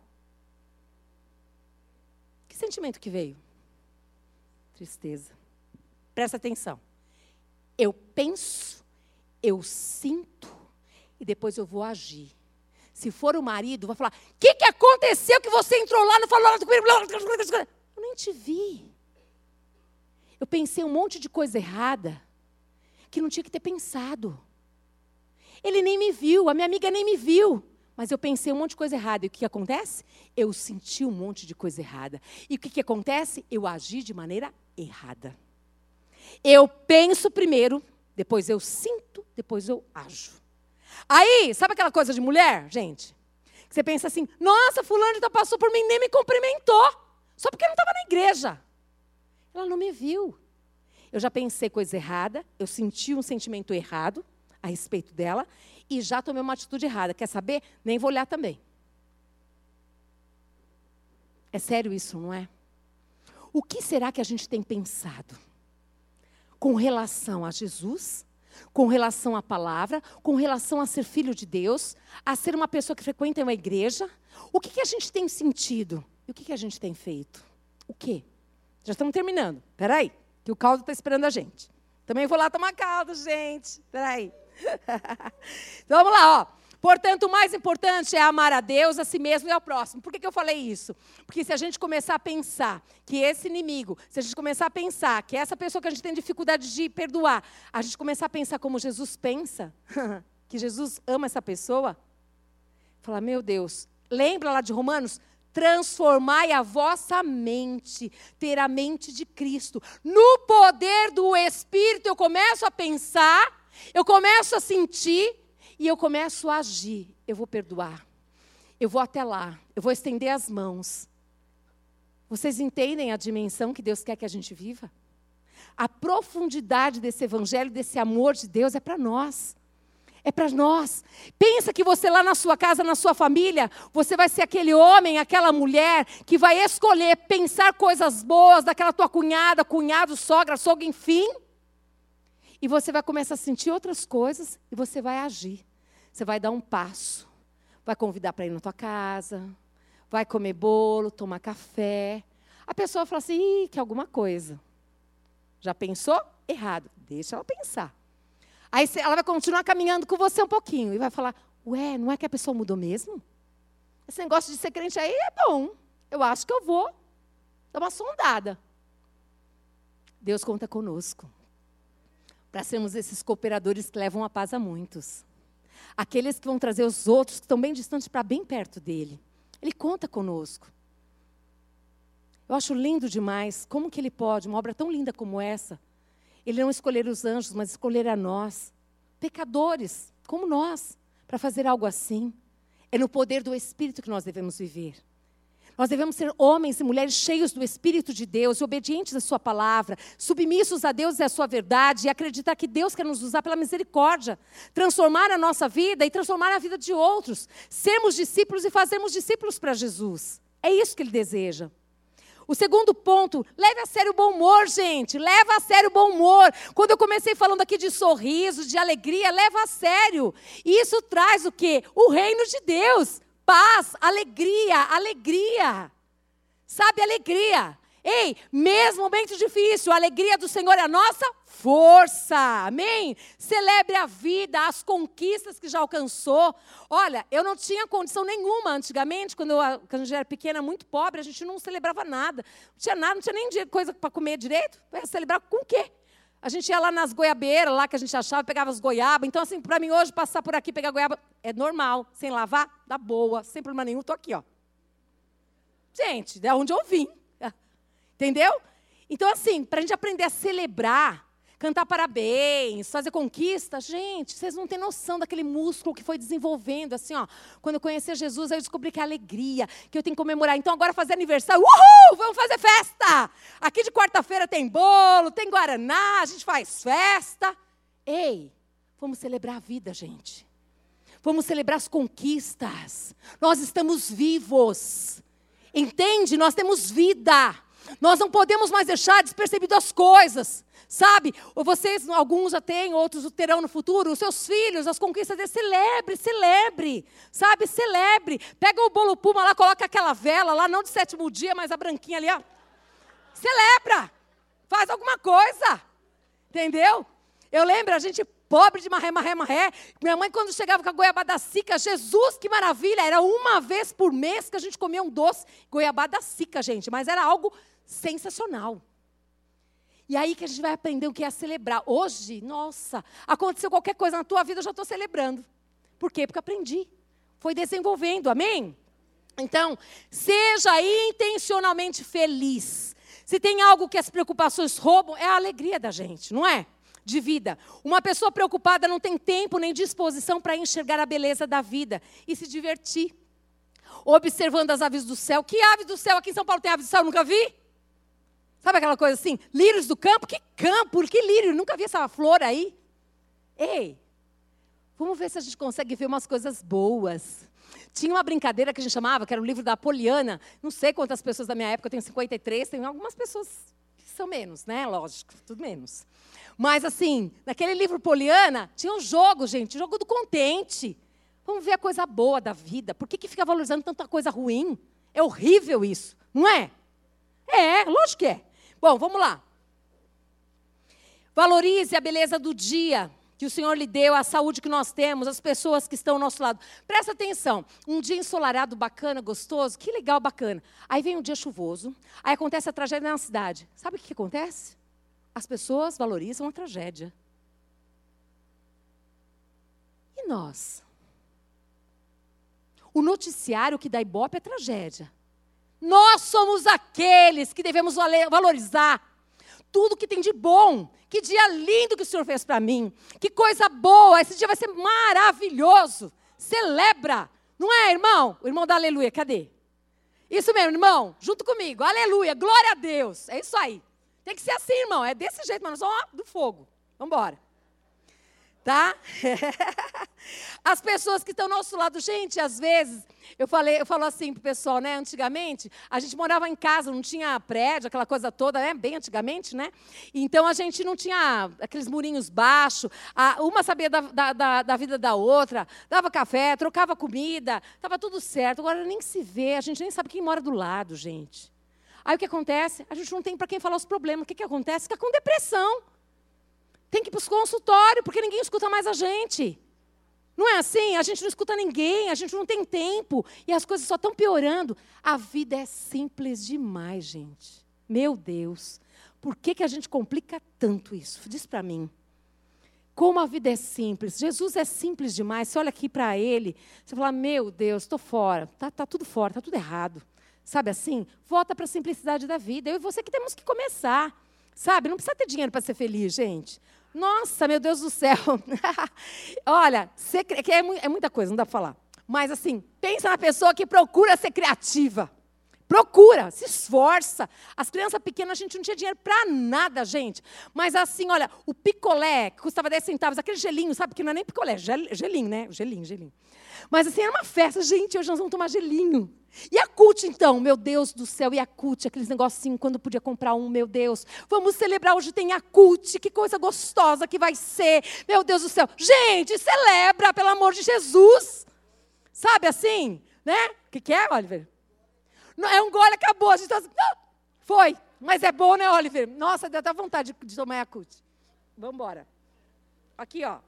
Que sentimento que veio? Tristeza. Presta atenção. Eu penso, eu sinto e depois eu vou agir. Se for o marido, vai falar, o que, que aconteceu que você entrou lá, não falou nada comigo? Eu nem te vi. Eu pensei um monte de coisa errada que não tinha que ter pensado. Ele nem me viu, a minha amiga nem me viu. Mas eu pensei um monte de coisa errada. E o que, que acontece? Eu senti um monte de coisa errada. E o que, que acontece? Eu agi de maneira errada. Eu penso primeiro, depois eu sinto, depois eu ajo. Aí, sabe aquela coisa de mulher, gente? Que você pensa assim, nossa, fulano já passou por mim, nem me cumprimentou. Só porque não estava na igreja. Ela não me viu. Eu já pensei coisa errada, eu senti um sentimento errado a respeito dela e já tomei uma atitude errada. Quer saber? Nem vou olhar também. É sério isso, não é? O que será que a gente tem pensado? Com relação a Jesus, com relação à palavra, com relação a ser filho de Deus, a ser uma pessoa que frequenta uma igreja. O que, que a gente tem sentido? E o que, que a gente tem feito? O quê? Já estamos terminando. Espera aí, que o caldo está esperando a gente. Também vou lá tomar caldo, gente. Espera aí. Então, vamos lá, ó. Portanto, o mais importante é amar a Deus, a si mesmo e ao próximo. Por que, que eu falei isso? Porque se a gente começar a pensar que esse inimigo, se a gente começar a pensar que essa pessoa que a gente tem dificuldade de perdoar, a gente começar a pensar como Jesus pensa, que Jesus ama essa pessoa, falar, meu Deus, lembra lá de Romanos? Transformai a vossa mente, ter a mente de Cristo. No poder do Espírito eu começo a pensar, eu começo a sentir, e eu começo a agir, eu vou perdoar. Eu vou até lá, eu vou estender as mãos. Vocês entendem a dimensão que Deus quer que a gente viva? A profundidade desse evangelho, desse amor de Deus é para nós. É para nós. Pensa que você lá na sua casa, na sua família, você vai ser aquele homem, aquela mulher que vai escolher pensar coisas boas daquela tua cunhada, cunhado, sogra, sogra, enfim. E você vai começar a sentir outras coisas e você vai agir. Você vai dar um passo, vai convidar para ir na tua casa, vai comer bolo, tomar café. A pessoa fala assim, ih, que alguma coisa. Já pensou? Errado. Deixa ela pensar. Aí ela vai continuar caminhando com você um pouquinho e vai falar, ué, não é que a pessoa mudou mesmo? Esse negócio de ser crente aí é bom. Eu acho que eu vou dar uma sondada. Deus conta conosco. Para sermos esses cooperadores que levam a paz a muitos. Aqueles que vão trazer os outros que estão bem distantes para bem perto dele. Ele conta conosco. Eu acho lindo demais como que ele pode, uma obra tão linda como essa, ele não escolher os anjos, mas escolher a nós, pecadores, como nós, para fazer algo assim. É no poder do Espírito que nós devemos viver. Nós devemos ser homens e mulheres cheios do Espírito de Deus, obedientes à sua palavra, submissos a Deus e à sua verdade, e acreditar que Deus quer nos usar pela misericórdia, transformar a nossa vida e transformar a vida de outros, sermos discípulos e fazermos discípulos para Jesus. É isso que Ele deseja. O segundo ponto, leve a sério o bom humor, gente, leva a sério o bom humor. Quando eu comecei falando aqui de sorriso, de alegria, leva a sério. E isso traz o quê? O reino de Deus. Paz, alegria, alegria. Sabe, alegria. Ei, mesmo momento difícil, a alegria do Senhor é a nossa força. Amém? Celebre a vida, as conquistas que já alcançou. Olha, eu não tinha condição nenhuma antigamente, quando eu, quando eu era pequena, muito pobre, a gente não celebrava nada. Não tinha nada, não tinha nem coisa para comer direito. Vai celebrar com o quê? A gente ia lá nas goiabeiras, lá que a gente achava, pegava as goiabas. Então, assim, para mim hoje, passar por aqui, pegar goiaba, é normal. Sem lavar, dá boa. Sem problema nenhum, estou aqui, ó. Gente, é onde eu vim. Entendeu? Então, assim, para a gente aprender a celebrar, cantar parabéns, fazer conquista, gente, vocês não têm noção daquele músculo que foi desenvolvendo, assim, ó. Quando eu conheci Jesus, aí eu descobri que é alegria, que eu tenho que comemorar. Então, agora fazer aniversário, uhul, vamos fazer festa! Aqui de quarta-feira tem bolo, tem guaraná, a gente faz festa. Ei, Vamos celebrar a vida, gente. Vamos celebrar as conquistas. Nós estamos vivos. Entende? Nós temos vida. Nós não podemos mais deixar despercebido as coisas. Sabe? Vocês, alguns já têm, outros terão no futuro. Os seus filhos, as conquistas deles, celebre, celebre. Sabe? Celebre. Pega o bolo puma lá, coloca aquela vela lá, não de sétimo dia, mas a branquinha ali, ó. Celebra. Faz alguma coisa. Entendeu? Eu lembro, a gente pobre de marré, marré, marré. Minha mãe, quando chegava com a goiabada seca, Jesus, que maravilha, era uma vez por mês que a gente comia um doce, goiabada seca, gente, mas era algo sensacional. E aí que a gente vai aprender o que é celebrar. Hoje, nossa, aconteceu qualquer coisa na tua vida, eu já estou celebrando. Por quê? Porque aprendi. Foi desenvolvendo, amém? Então, seja intencionalmente feliz. Se tem algo que as preocupações roubam, é a alegria da gente, não é? De vida. Uma pessoa preocupada não tem tempo nem disposição para enxergar a beleza da vida e se divertir. Observando as aves do céu. Que aves do céu? Aqui em São Paulo tem aves do céu, nunca vi? Sabe aquela coisa assim? Lírios do campo? Que campo? Que lírio? Nunca vi essa flor aí? Ei, vamos ver se a gente consegue ver umas coisas boas. Tinha uma brincadeira que a gente chamava, que era o livro da Poliana. Não sei quantas pessoas da minha época, eu tenho cinquenta e três, tem algumas pessoas que são menos, né? Lógico, tudo menos. Mas assim, naquele livro Poliana, tinha um jogo, gente, o jogo do contente. Vamos ver a coisa boa da vida. Por que que fica valorizando tanta coisa ruim? É horrível isso, não é? É, lógico que é. Bom, vamos lá. Valorize a beleza do dia que o Senhor lhe deu, a saúde que nós temos, as pessoas que estão ao nosso lado. Presta atenção. Um dia ensolarado, bacana, gostoso, que legal, bacana. Aí vem um dia chuvoso, aí acontece a tragédia na cidade. Sabe o que que acontece? As pessoas valorizam a tragédia. E nós? O noticiário que dá ibope é tragédia. Nós somos aqueles que devemos valorizar tudo que tem de bom. Que dia lindo que o Senhor fez para mim. Que coisa boa. Esse dia vai ser maravilhoso. Celebra. Não é, irmão? O irmão da aleluia, cadê? Isso mesmo, irmão. Junto comigo. Aleluia. Glória a Deus. É isso aí. Tem que ser assim, irmão. É desse jeito, mas nós somos do fogo. Vamos embora. Tá? As pessoas que estão ao nosso lado, gente, às vezes, eu falei, eu falo assim pro pessoal, né? Antigamente, a gente morava em casa, não tinha prédio, aquela coisa toda, né? Bem antigamente, né? Então a gente não tinha aqueles murinhos baixos, a, uma sabia da, da, da, da vida da outra, dava café, trocava comida, estava tudo certo. Agora nem se vê, a gente nem sabe quem mora do lado, gente. Aí o que acontece? A gente não tem para quem falar os problemas. O que, que acontece? Fica com depressão. Tem que ir para os consultórios, porque ninguém escuta mais a gente. Não é assim? A gente não escuta ninguém, a gente não tem tempo. E as coisas só estão piorando. A vida é simples demais, gente. Meu Deus. Por que, que a gente complica tanto isso? Diz para mim. Como a vida é simples. Jesus é simples demais. Você olha aqui para Ele, você fala, meu Deus, estou fora. Está tá tudo fora, está tudo errado. Sabe assim? Volta para a simplicidade da vida. Eu e você que temos que começar. Sabe? Não precisa ter dinheiro para ser feliz, gente. Nossa, meu Deus do céu. Olha, ser, que é, é muita coisa, não dá para falar. Mas assim, pensa na pessoa que procura ser criativa. Procura, se esforça. As crianças pequenas, a gente não tinha dinheiro para nada, gente. Mas assim, olha, o picolé, que custava dez centavos, aquele gelinho, sabe? Que não é nem picolé, gel, gelinho, né? Gelinho, gelinho. Mas assim, era uma festa. Gente, hoje nós vamos tomar gelinho. E a Yakult, então, meu Deus do céu, Yakult, aqueles negocinhos, quando podia comprar um, meu Deus. Vamos celebrar, hoje tem Yakult, que coisa gostosa que vai ser. Meu Deus do céu. Gente, celebra, pelo amor de Jesus. Sabe assim, né? O que, que é, Oliver? Não, é um gole, acabou. A gente tá assim, não, foi, mas é bom, né, Oliver? Nossa, deu até vontade de, de tomar Yakult. Vamos embora. Aqui, ó.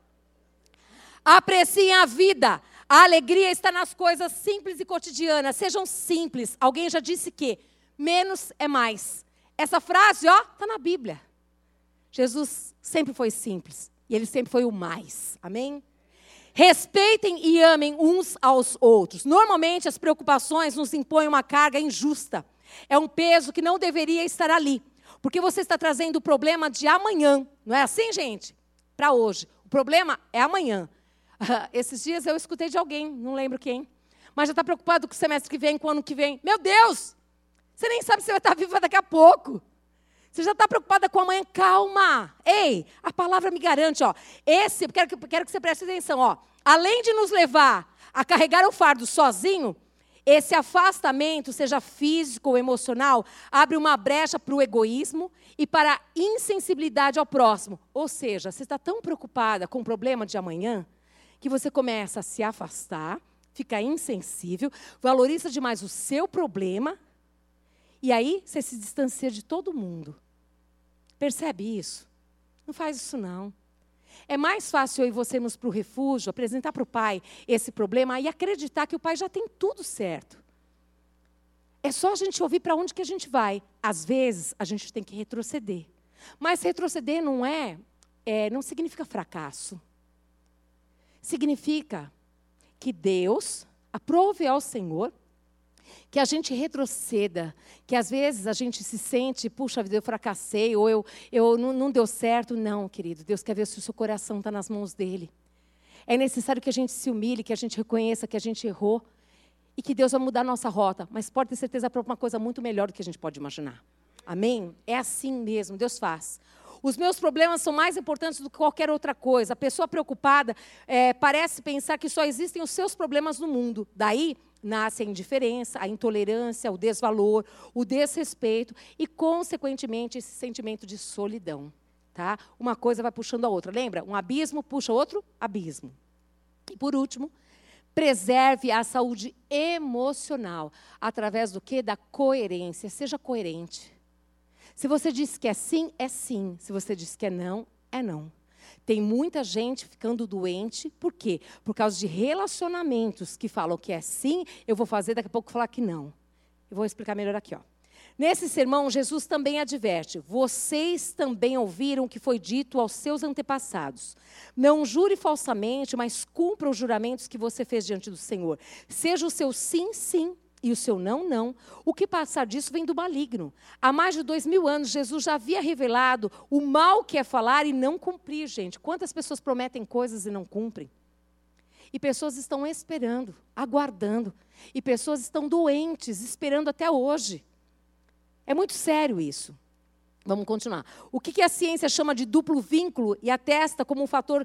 Apreciem a vida. A alegria está nas coisas simples e cotidianas. Sejam simples. Alguém já disse que menos é mais. Essa frase, ó, está na Bíblia. Jesus sempre foi simples. E Ele sempre foi o mais. Amém? Respeitem e amem uns aos outros. Normalmente, as preocupações nos impõem uma carga injusta. É um peso que não deveria estar ali. Porque você está trazendo o problema de amanhã. Não é assim, gente? Para hoje. O problema é amanhã. Esses dias eu escutei de alguém, não lembro quem, mas já está preocupado com o semestre que vem, com o ano que vem. Meu Deus! Você nem sabe se vai estar viva daqui a pouco. Você já está preocupada com amanhã? Calma. Ei, a palavra me garante, ó. Esse, quero que, quero que você preste atenção, ó. Além de nos levar a carregar o fardo sozinho, esse afastamento, seja físico ou emocional, abre uma brecha para o egoísmo e para a insensibilidade ao próximo. Ou seja, você está tão preocupada com o problema de amanhã, que você começa a se afastar, fica insensível, valoriza demais o seu problema, e aí você se distancia de todo mundo. Percebe isso? Não faz isso não. É mais fácil eu e você irmos para o refúgio, apresentar para o pai esse problema e acreditar que o pai já tem tudo certo. É só a gente ouvir para onde que a gente vai. Às vezes, a gente tem que retroceder. Mas retroceder não é, é não significa fracasso. Significa que Deus aprove ao Senhor que a gente retroceda, que às vezes a gente se sente, puxa vida, eu fracassei, ou eu, eu não, não deu certo. Não, querido, Deus quer ver se o seu coração está nas mãos dEle. É necessário que a gente se humilhe, que a gente reconheça que a gente errou, e que Deus vai mudar a nossa rota, mas pode ter certeza para uma coisa muito melhor do que a gente pode imaginar. Amém? É assim mesmo, Deus faz. Os meus problemas são mais importantes do que qualquer outra coisa. A pessoa preocupada é, parece pensar que só existem os seus problemas no mundo. Daí nasce a indiferença, a intolerância, o desvalor, o desrespeito e, consequentemente, esse sentimento de solidão. Tá? Uma coisa vai puxando a outra. Lembra? Um abismo puxa outro abismo. E, por último, preserve a saúde emocional. Através do quê? Da coerência. Seja coerente. Se você diz que é sim, é sim. Se você diz que é não, é não. Tem muita gente ficando doente. Por quê? Por causa de relacionamentos que falam que é sim, eu vou fazer, daqui a pouco falar que não. Eu vou explicar melhor aqui, ó. Nesse sermão, Jesus também adverte: vocês também ouviram o que foi dito aos seus antepassados. Não jure falsamente, mas cumpra os juramentos que você fez diante do Senhor. Seja o seu sim, sim, e o seu não, não. O que passar disso vem do maligno. Há mais de dois mil anos, Jesus já havia revelado o mal que é falar e não cumprir, gente. Quantas pessoas prometem coisas e não cumprem? E pessoas estão esperando, aguardando. E pessoas estão doentes, esperando até hoje. É muito sério isso. Vamos continuar. O que a ciência chama de duplo vínculo e atesta como um fator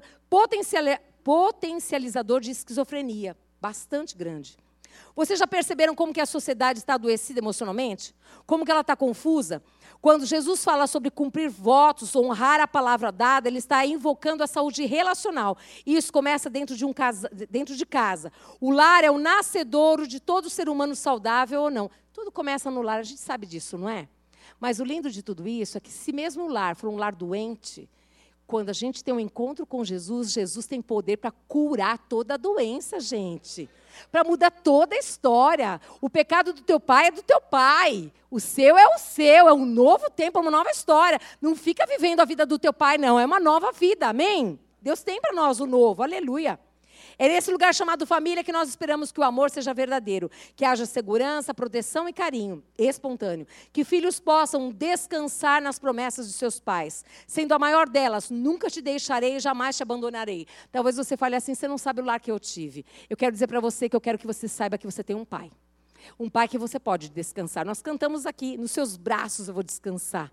potencializador de esquizofrenia. Bastante grande. Vocês já perceberam como que a sociedade está adoecida emocionalmente? Como que ela está confusa? Quando Jesus fala sobre cumprir votos, honrar a palavra dada, ele está invocando a saúde relacional. E isso começa dentro de, um casa, dentro de casa. O lar é o nascedouro de todo ser humano saudável ou não. Tudo começa no lar, a gente sabe disso, não é? Mas o lindo de tudo isso é que se mesmo o lar for um lar doente, quando a gente tem um encontro com Jesus, Jesus tem poder para curar toda a doença, gente. Para mudar toda a história. O pecado do teu pai é do teu pai. O seu é o seu. É um novo tempo, é uma nova história. Não fica vivendo a vida do teu pai, não. É uma nova vida, amém? Deus tem para nós o novo, aleluia. É nesse lugar chamado família que nós esperamos que o amor seja verdadeiro, que haja segurança, proteção e carinho espontâneo, que filhos possam descansar nas promessas de seus pais, sendo a maior delas: nunca te deixarei e jamais te abandonarei. Talvez você fale assim: você não sabe o lar que eu tive. Eu quero dizer para você que eu quero que você saiba que você tem um pai. Um pai que você pode descansar. Nós cantamos aqui: nos seus braços eu vou descansar.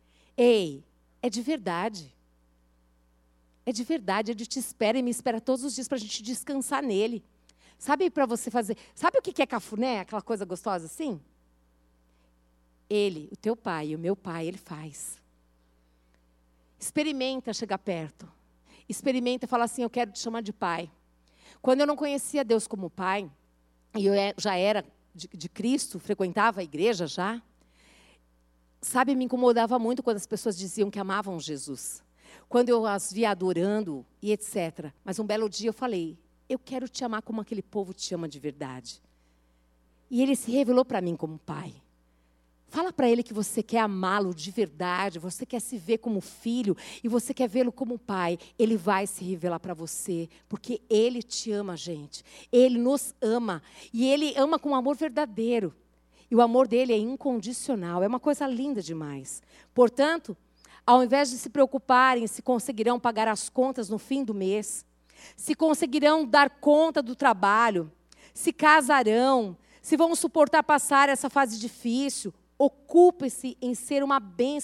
Ei, é de verdade. É de verdade, ele te espera e me espera todos os dias para a gente descansar nele. Sabe para você fazer... Sabe o que é cafuné? Aquela coisa gostosa assim? Ele, o teu pai e o meu pai, ele faz. Experimenta chegar perto. Experimenta falar assim: eu quero te chamar de pai. Quando eu não conhecia Deus como pai, e eu já era de, de Cristo, frequentava a igreja já, sabe, me incomodava muito quando as pessoas diziam que amavam Jesus. Quando eu as via adorando e etcétera. Mas um belo dia eu falei: eu quero te amar como aquele povo te ama de verdade. E ele se revelou para mim como pai. Fala para ele que você quer amá-lo de verdade, você quer se ver como filho e você quer vê-lo como pai. Ele vai se revelar para você, porque ele te ama, gente. Ele nos ama e ele ama com amor verdadeiro. E o amor dele é incondicional, é uma coisa linda demais. Portanto, ao invés de se preocuparem se conseguirão pagar as contas no fim do mês, se conseguirão dar conta do trabalho, se casarão, se vão suportar passar essa fase difícil, ocupe-se em ser uma bênção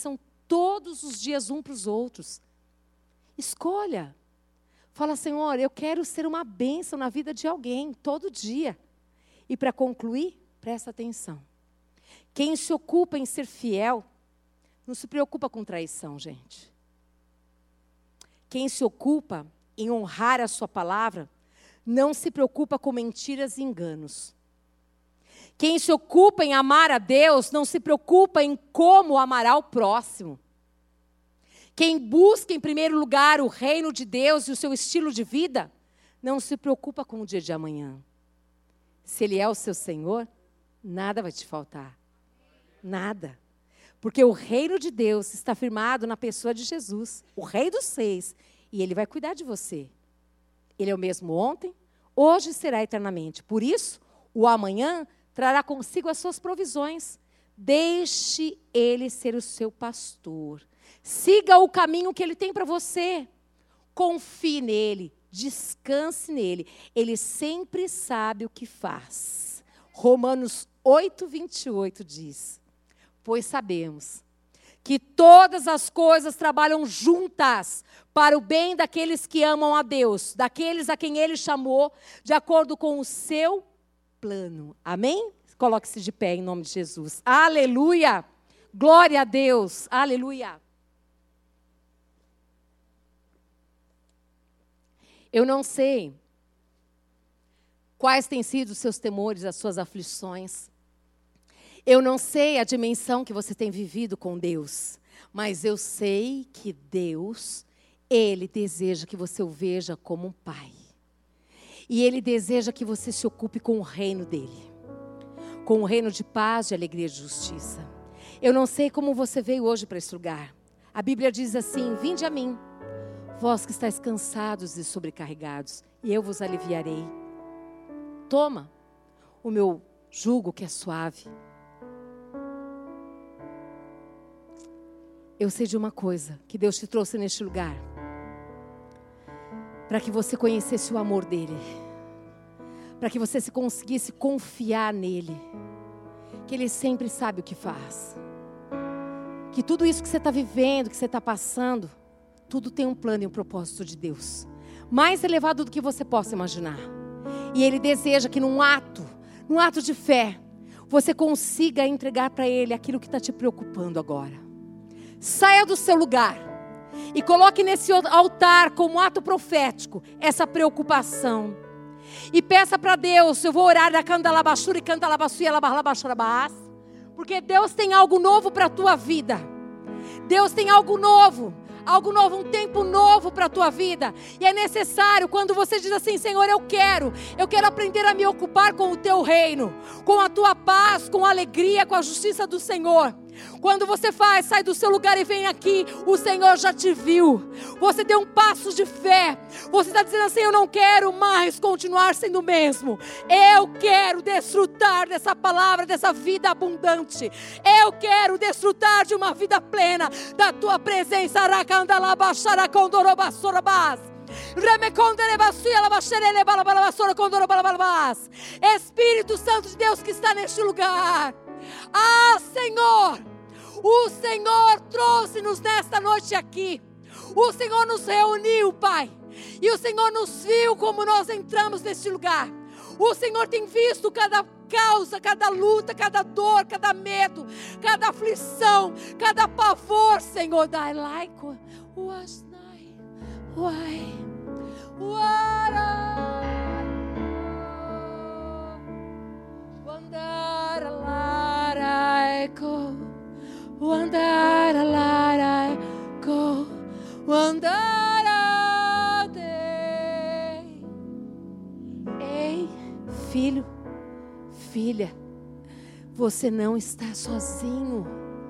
todos os dias um para os outros. Escolha. Fala, Senhor, eu quero ser uma bênção na vida de alguém, todo dia. E para concluir, presta atenção. Quem se ocupa em ser fiel, não se preocupa com traição, gente. Quem se ocupa em honrar a sua palavra, não se preocupa com mentiras e enganos. Quem se ocupa em amar a Deus, não se preocupa em como amará o próximo. Quem busca em primeiro lugar o reino de Deus e o seu estilo de vida, não se preocupa com o dia de amanhã. Se Ele é o seu Senhor, nada vai te faltar. Nada. Porque o reino de Deus está firmado na pessoa de Jesus, o Rei dos Reis, e Ele vai cuidar de você. Ele é o mesmo ontem, hoje e será eternamente. Por isso, o amanhã trará consigo as suas provisões. Deixe Ele ser o seu pastor. Siga o caminho que Ele tem para você. Confie nele, descanse nele. Ele sempre sabe o que faz. Romanos oito, vinte e oito diz: pois sabemos que todas as coisas trabalham juntas para o bem daqueles que amam a Deus, daqueles a quem Ele chamou, de acordo com o seu plano. Amém? Coloque-se de pé em nome de Jesus. Aleluia! Glória a Deus! Aleluia! Eu não sei quais têm sido os seus temores, as suas aflições. Eu não sei a dimensão que você tem vivido com Deus. Mas eu sei que Deus, Ele deseja que você o veja como um pai. E Ele deseja que você se ocupe com o reino dEle. Com o reino de paz, de alegria e de justiça. Eu não sei como você veio hoje para esse lugar. A Bíblia diz assim: vinde a mim, vós que estáis cansados e sobrecarregados, e eu vos aliviarei. Toma o meu jugo que é suave. Eu sei de uma coisa, que Deus te trouxe neste lugar, para que você conhecesse o amor dEle, para que você se conseguisse confiar nele, que Ele sempre sabe o que faz, que tudo isso que você está vivendo, que você está passando, tudo tem um plano e um propósito de Deus, mais elevado do que você possa imaginar. E Ele deseja que num ato, num ato de fé, você consiga entregar para Ele aquilo que está te preocupando agora. Saia do seu lugar e coloque nesse altar como ato profético essa preocupação. E peça para Deus, eu vou orar da candalabachura e candalabassuia labarlabaxarabás, porque Deus tem algo novo para a tua vida. Deus tem algo novo. Algo novo, um tempo novo para a tua vida. E é necessário, quando você diz assim: Senhor, eu quero, eu quero aprender a me ocupar com o teu reino, com a tua paz, com a alegria, com a justiça do Senhor. Quando você faz, sai do seu lugar e vem aqui, o Senhor já te viu. Você deu um passo de fé. Você está dizendo assim: eu não quero mais continuar sendo o mesmo. Eu quero desfrutar dessa palavra, dessa vida abundante. Eu quero desfrutar de uma vida plena da tua presença. Espírito Santo de Deus que está neste lugar. Ah, Senhor, o Senhor trouxe-nos nesta noite aqui. O Senhor nos reuniu, Pai. E o Senhor nos viu como nós entramos neste lugar. O Senhor tem visto cada causa, cada luta, cada dor, cada medo, cada aflição, cada pavor, Senhor. I like was night. Why? What I Wandar a lot I go, wandar a lot I go, wandar a day. Ei, filho, filha, você não está sozinho.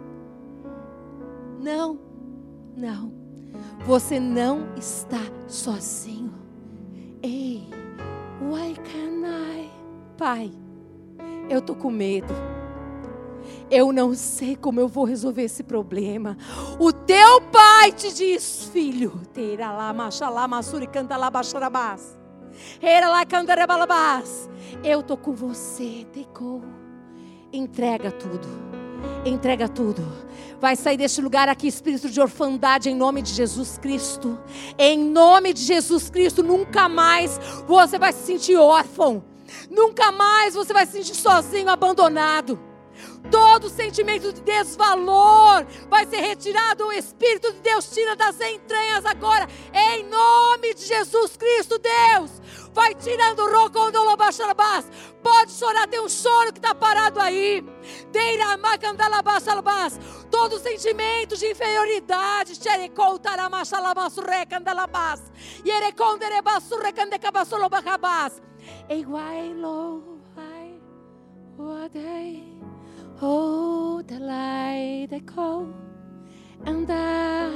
Não, não, você não está sozinho. Ei, why can I, Pai? Eu estou com medo. Eu não sei como eu vou resolver esse problema. O teu pai te diz: filho, teira lá, macha lá, massuri, canta lá, baixarabás. Era lá, cantarebalabás. Eu estou com você, tecou. Entrega tudo. Entrega tudo. Vai sair deste lugar aqui espírito de orfandade em nome de Jesus Cristo. Em nome de Jesus Cristo, nunca mais você vai se sentir órfão. Nunca mais você vai se sentir sozinho, abandonado. Todo sentimento de desvalor vai ser retirado. O Espírito de Deus tira das entranhas agora. Em nome de Jesus Cristo, Deus. Vai tirando o rocondolobachalabás. Pode chorar, tem um choro que está parado aí. Deiramacandalabachalabás. Todo sentimento de inferioridade. Xerecoutaramaxalamassurecandalabás. Yereconderebassurecandecabassolobacabás. Eiguailo, ai, oadei. Oh, the light that cold and the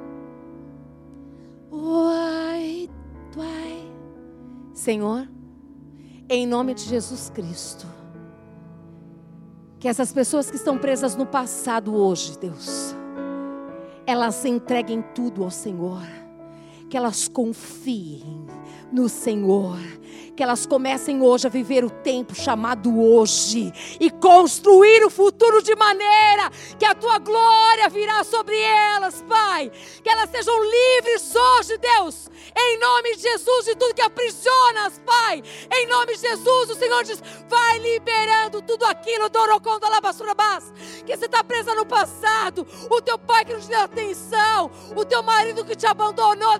white, white. Senhor, em nome de Jesus Cristo, que essas pessoas que estão presas no passado hoje, Deus, elas entreguem tudo ao Senhor, que elas confiem no Senhor, que elas comecem hoje a viver o tempo chamado hoje e construir o futuro de maneira que a Tua glória virá sobre elas, Pai, que elas sejam livres hoje, Deus, em nome de Jesus, de tudo que aprisiona-as, Pai, em nome de Jesus. O Senhor diz, vai liberando tudo aquilo, que você está presa no passado, o teu pai que não te deu atenção, o teu marido que te abandonou,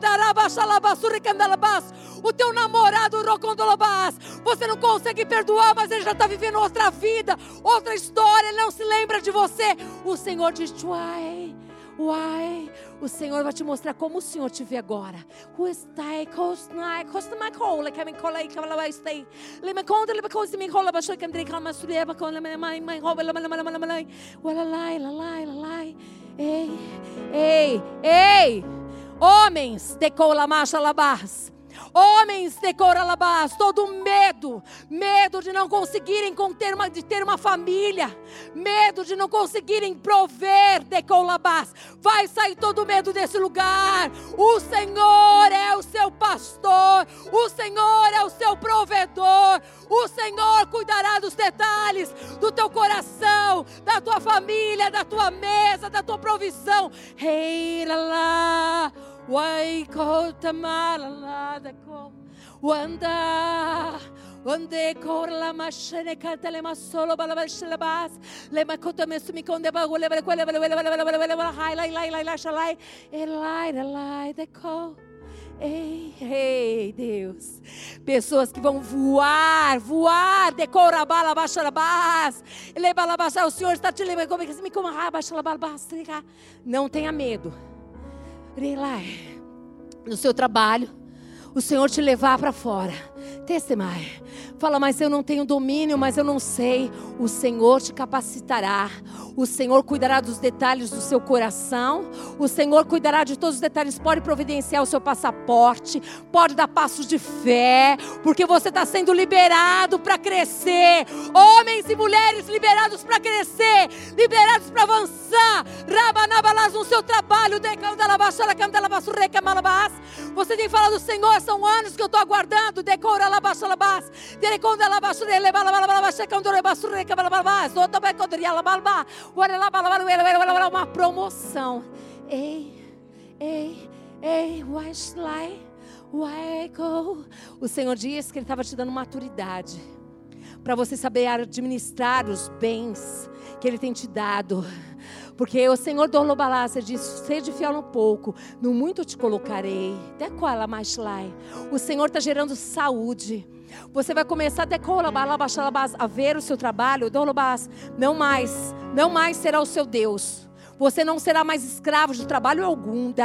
o teu namorado, você não consegue perdoar, mas ele já está vivendo outra vida, outra história, ele não se lembra de você. O Senhor diz, why, why? O Senhor vai te mostrar como o Senhor te vê agora. Who is thy coast night? Coast my call, like I'm calling, come away, stay. Let me call the little coast me call, but I can drink on my studio, but call my my my home, la la la la la. Well, la la la la la. Ei, ei, ei. Homens de cola macha labás. Homens de Coralabás, todo medo, medo de não conseguirem ter uma, de ter uma família, medo de não conseguirem prover de Coralabás, vai sair todo medo desse lugar. O Senhor é o seu pastor, o Senhor é o seu provedor, o Senhor cuidará dos detalhes do teu coração, da tua família, da tua mesa, da tua provisão. Hey, lá, lá. Why go to Malala go wanda onde corla machine canta le masolo balabalabas le makoto mesumi konde bagule bale bale bale bale bale bale hai lai lai lai lai shalai elai elai de co. Ei, ei, Deus, pessoas que vão voar, voar, decora bala baixa bas, ele bala baixa, o Senhor está te lembrando como é que se me como baixa bala baixa, não tenha medo. No seu trabalho, o Senhor te levar para fora. Testemunha. Fala, mas eu não tenho domínio, mas eu não sei. O Senhor te capacitará. O Senhor cuidará dos detalhes do seu coração. O Senhor cuidará de todos os detalhes. Pode providenciar o seu passaporte. Pode dar passos de fé. Porque você está sendo liberado para crescer. Homens e mulheres liberados para crescer. Liberados para avançar. Rabanabalás no seu trabalho. Você tem falado, Senhor, são anos que eu estou aguardando. Decora uma promoção. Ei, ei, ei, why why go? O Senhor disse que Ele estava te dando maturidade para você saber administrar os bens que Ele tem te dado. Porque o Senhor do Lobalás diz, seja fiel no pouco, no muito te colocarei. O Senhor está gerando saúde. Você vai começar a ver o seu trabalho. Não mais, não mais será o seu Deus. Você não será mais escravo de trabalho algum.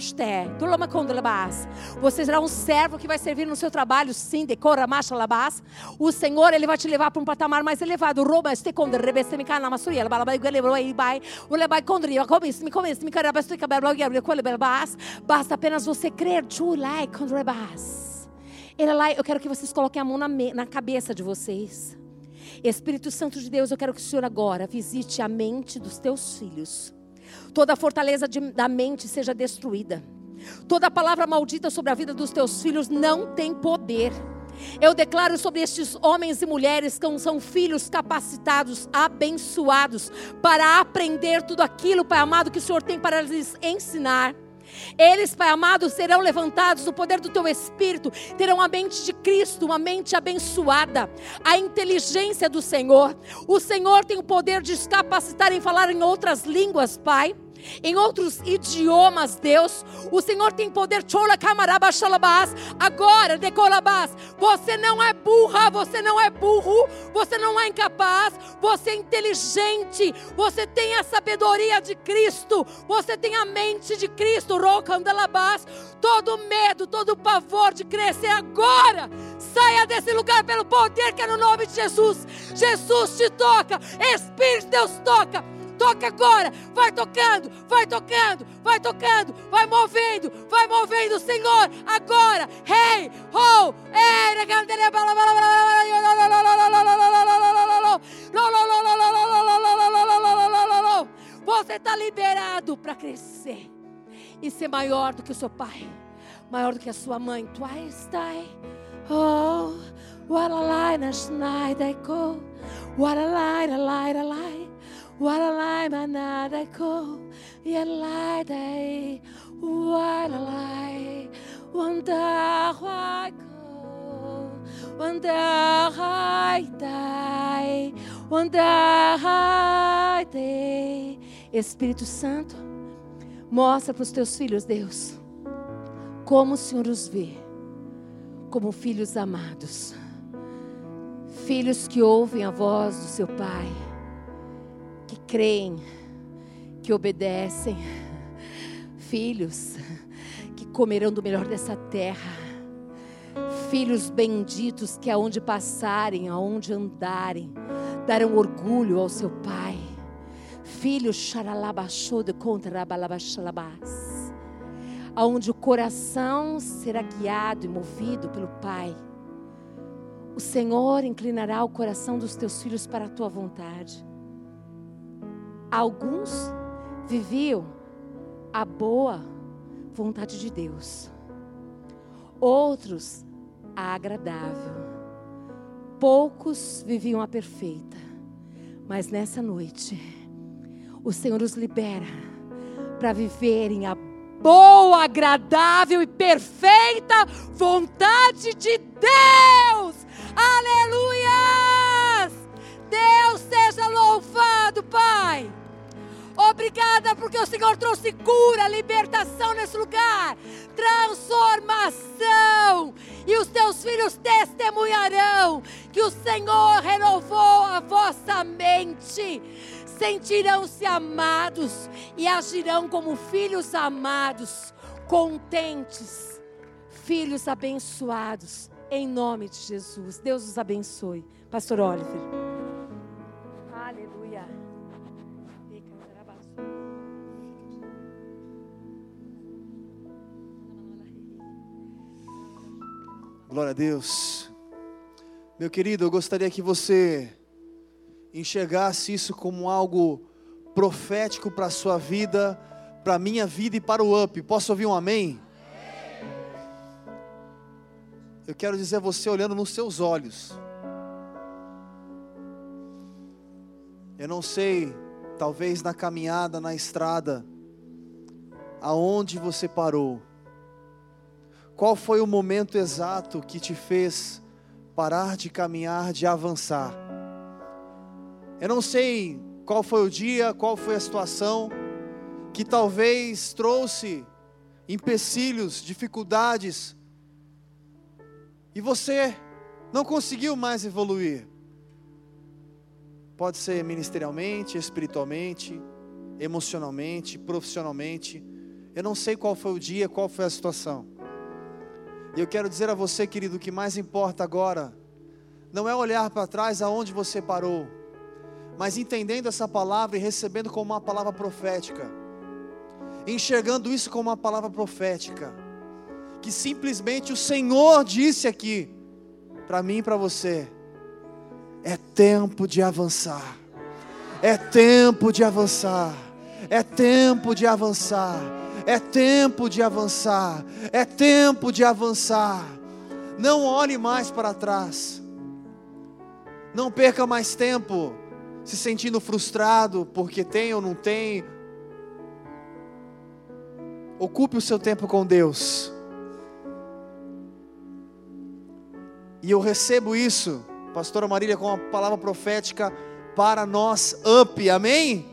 Você será um servo que vai servir no seu trabalho. Sim, decora macha labás. O Senhor, Ele vai te levar para um patamar mais elevado. Basta apenas você crer. Eu quero que vocês coloquem a mão na, na cabeça de vocês. Espírito Santo de Deus, eu quero que o Senhor agora visite a mente dos teus filhos. Toda a fortaleza de, da mente seja destruída. Toda palavra maldita sobre a vida dos teus filhos não tem poder. Eu declaro sobre estes homens e mulheres que são filhos capacitados, abençoados, para aprender tudo aquilo, Pai amado, que o Senhor tem para lhes ensinar. Eles, Pai amado, serão levantados no poder do Teu Espírito, terão a mente de Cristo, uma mente abençoada, a inteligência do Senhor. O Senhor tem o poder de os capacitar em falar em outras línguas, Pai, em outros idiomas, Deus. O Senhor tem poder. Agora, decolabás, você não é burra, você não é burro, você não é incapaz, você é inteligente, você tem a sabedoria de Cristo, você tem a mente de Cristo. Todo medo, todo pavor de crescer agora, saia desse lugar pelo poder que é no nome de Jesus. Jesus te toca, Espírito de Deus toca. Toca agora, vai tocando, vai tocando, vai tocando, vai movendo, vai movendo, Senhor, agora, hey, ho, hey, você está liberado para crescer e ser maior do que o seu pai, maior do que a sua mãe. Tu estás, oh, what a lie, nas night I go, what a lie, a lie, a lie. What a lie, manada ko, yet lie day. What a lie, wonder why go, wonder I die, wonder I day. Espírito Santo, mostra para os teus filhos, Deus, como o Senhor os vê, como filhos amados, filhos que ouvem a voz do seu Pai, que creem, que obedecem, filhos que comerão do melhor dessa terra, filhos benditos que aonde passarem, aonde andarem, darão orgulho ao seu Pai, filhos xaralabachô de contrabalabachalabás, aonde o coração será guiado e movido pelo Pai. O Senhor inclinará o coração dos teus filhos para a tua vontade. Alguns viviam a boa vontade de Deus, outros a agradável, poucos viviam a perfeita, mas nessa noite o Senhor os libera para viverem a boa, agradável e perfeita vontade de Deus. Aleluias! Deus seja louvado, Pai. Obrigada porque o Senhor trouxe cura, libertação nesse lugar, transformação, e os teus filhos testemunharão que o Senhor renovou a vossa mente, sentirão-se amados e agirão como filhos amados, contentes, filhos abençoados, em nome de Jesus. Deus os abençoe. Pastor Oliver. Aleluia. Glória a Deus. Meu querido, eu gostaria que você enxergasse isso como algo profético para a sua vida, para a minha vida e para o U P. Posso ouvir um amém? Eu quero dizer a você olhando nos seus olhos. Eu não sei, talvez na caminhada, na estrada, aonde você parou. Qual foi o momento exato que te fez parar de caminhar, de avançar? Eu não sei qual foi o dia, qual foi a situação que talvez trouxe empecilhos, dificuldades, e você não conseguiu mais evoluir. Pode ser ministerialmente, espiritualmente, emocionalmente, profissionalmente. Eu não sei qual foi o dia, qual foi a situação. E eu quero dizer a você, querido, o que mais importa agora não é olhar para trás aonde você parou, mas entendendo essa palavra e recebendo como uma palavra profética, enxergando isso como uma palavra profética, que simplesmente o Senhor disse aqui, para mim e para você: é tempo de avançar, é tempo de avançar, é tempo de avançar, é tempo de avançar, é tempo de avançar. Não olhe mais para trás. Não perca mais tempo se sentindo frustrado porque tem ou não tem. Ocupe o seu tempo com Deus. E eu recebo isso, pastora Marília, com uma palavra profética para nós, up, amém?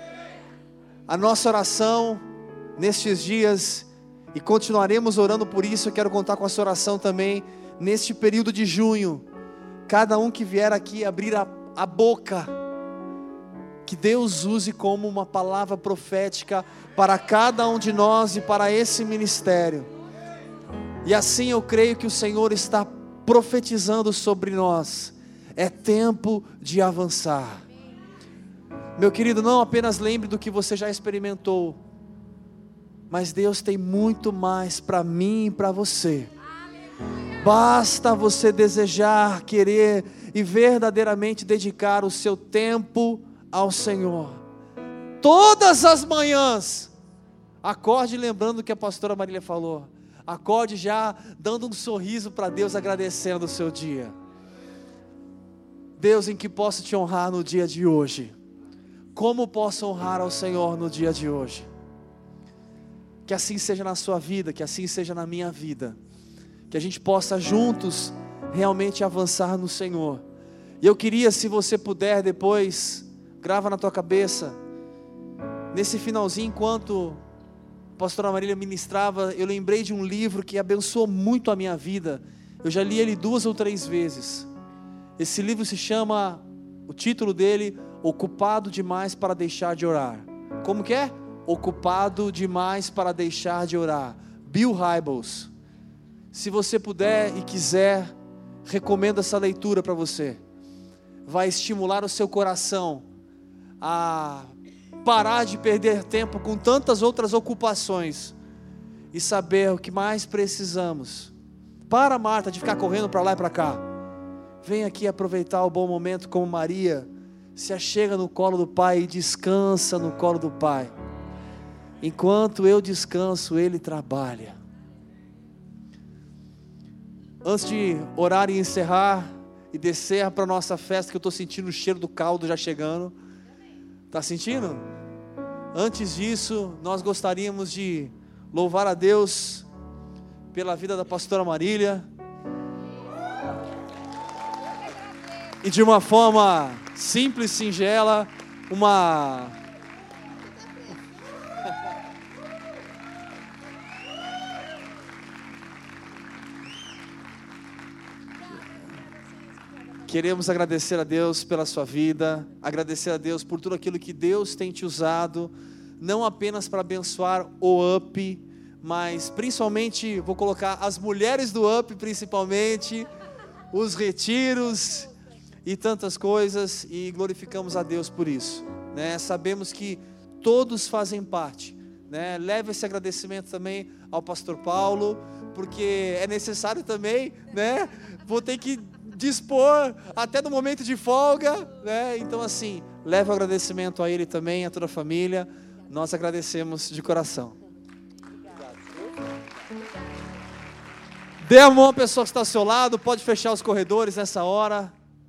A nossa oração nestes dias, e continuaremos orando por isso. Eu quero contar com a sua oração também, neste período de junho. Cada um que vier aqui abrir a, a boca, que Deus use como uma palavra profética para cada um de nós e para esse ministério. E assim eu creio que o Senhor está profetizando sobre nós. É tempo de avançar. Meu querido, não apenas lembre do que você já experimentou, mas Deus tem muito mais para mim e para você. Basta você desejar, querer e verdadeiramente dedicar o seu tempo ao Senhor. Todas as manhãs, acorde lembrando o que a pastora Marília falou. Acorde já dando um sorriso para Deus, agradecendo o seu dia. Deus, em que posso te honrar no dia de hoje? Como posso honrar ao Senhor no dia de hoje? Que assim seja na sua vida, que assim seja na minha vida. Que a gente possa juntos realmente avançar no Senhor. E eu queria, se você puder depois, grava na tua cabeça, nesse finalzinho, enquanto a pastora Marília ministrava, eu lembrei de um livro que abençoou muito a minha vida. Eu já li ele duas ou três vezes. Esse livro se chama, o título dele, Ocupado Demais para Deixar de Orar. Como que é? Ocupado Demais para Deixar de Orar. Bill Hybels. Se você puder e quiser, recomendo essa leitura para você. Vai estimular o seu coração a parar de perder tempo com tantas outras ocupações e saber o que mais precisamos. Para, Marta, de ficar correndo para lá e para cá. Vem aqui aproveitar o bom momento como Maria se achega no colo do Pai e descansa no colo do Pai. Enquanto eu descanso, Ele trabalha. Antes de orar e encerrar e descer para a nossa festa, que eu estou sentindo o cheiro do caldo já chegando. Está sentindo? Antes disso, nós gostaríamos de louvar a Deus pela vida da pastora Marília. E de uma forma simples, singela, uma... Queremos agradecer a Deus pela sua vida, agradecer a Deus por tudo aquilo que Deus tem te usado, não apenas para abençoar o UP, mas principalmente, vou colocar as mulheres do UP principalmente, os retiros e tantas coisas, e glorificamos a Deus por isso, né? Sabemos que todos fazem parte, né? Leve esse agradecimento também ao pastor Paulo, porque é necessário também, né? Vou ter que dispor até no momento de folga, né? Então assim, leve o agradecimento a ele também, a toda a família. Nós agradecemos de coração. Dê a mão à pessoa que está ao seu lado. Pode fechar os corredores nessa hora.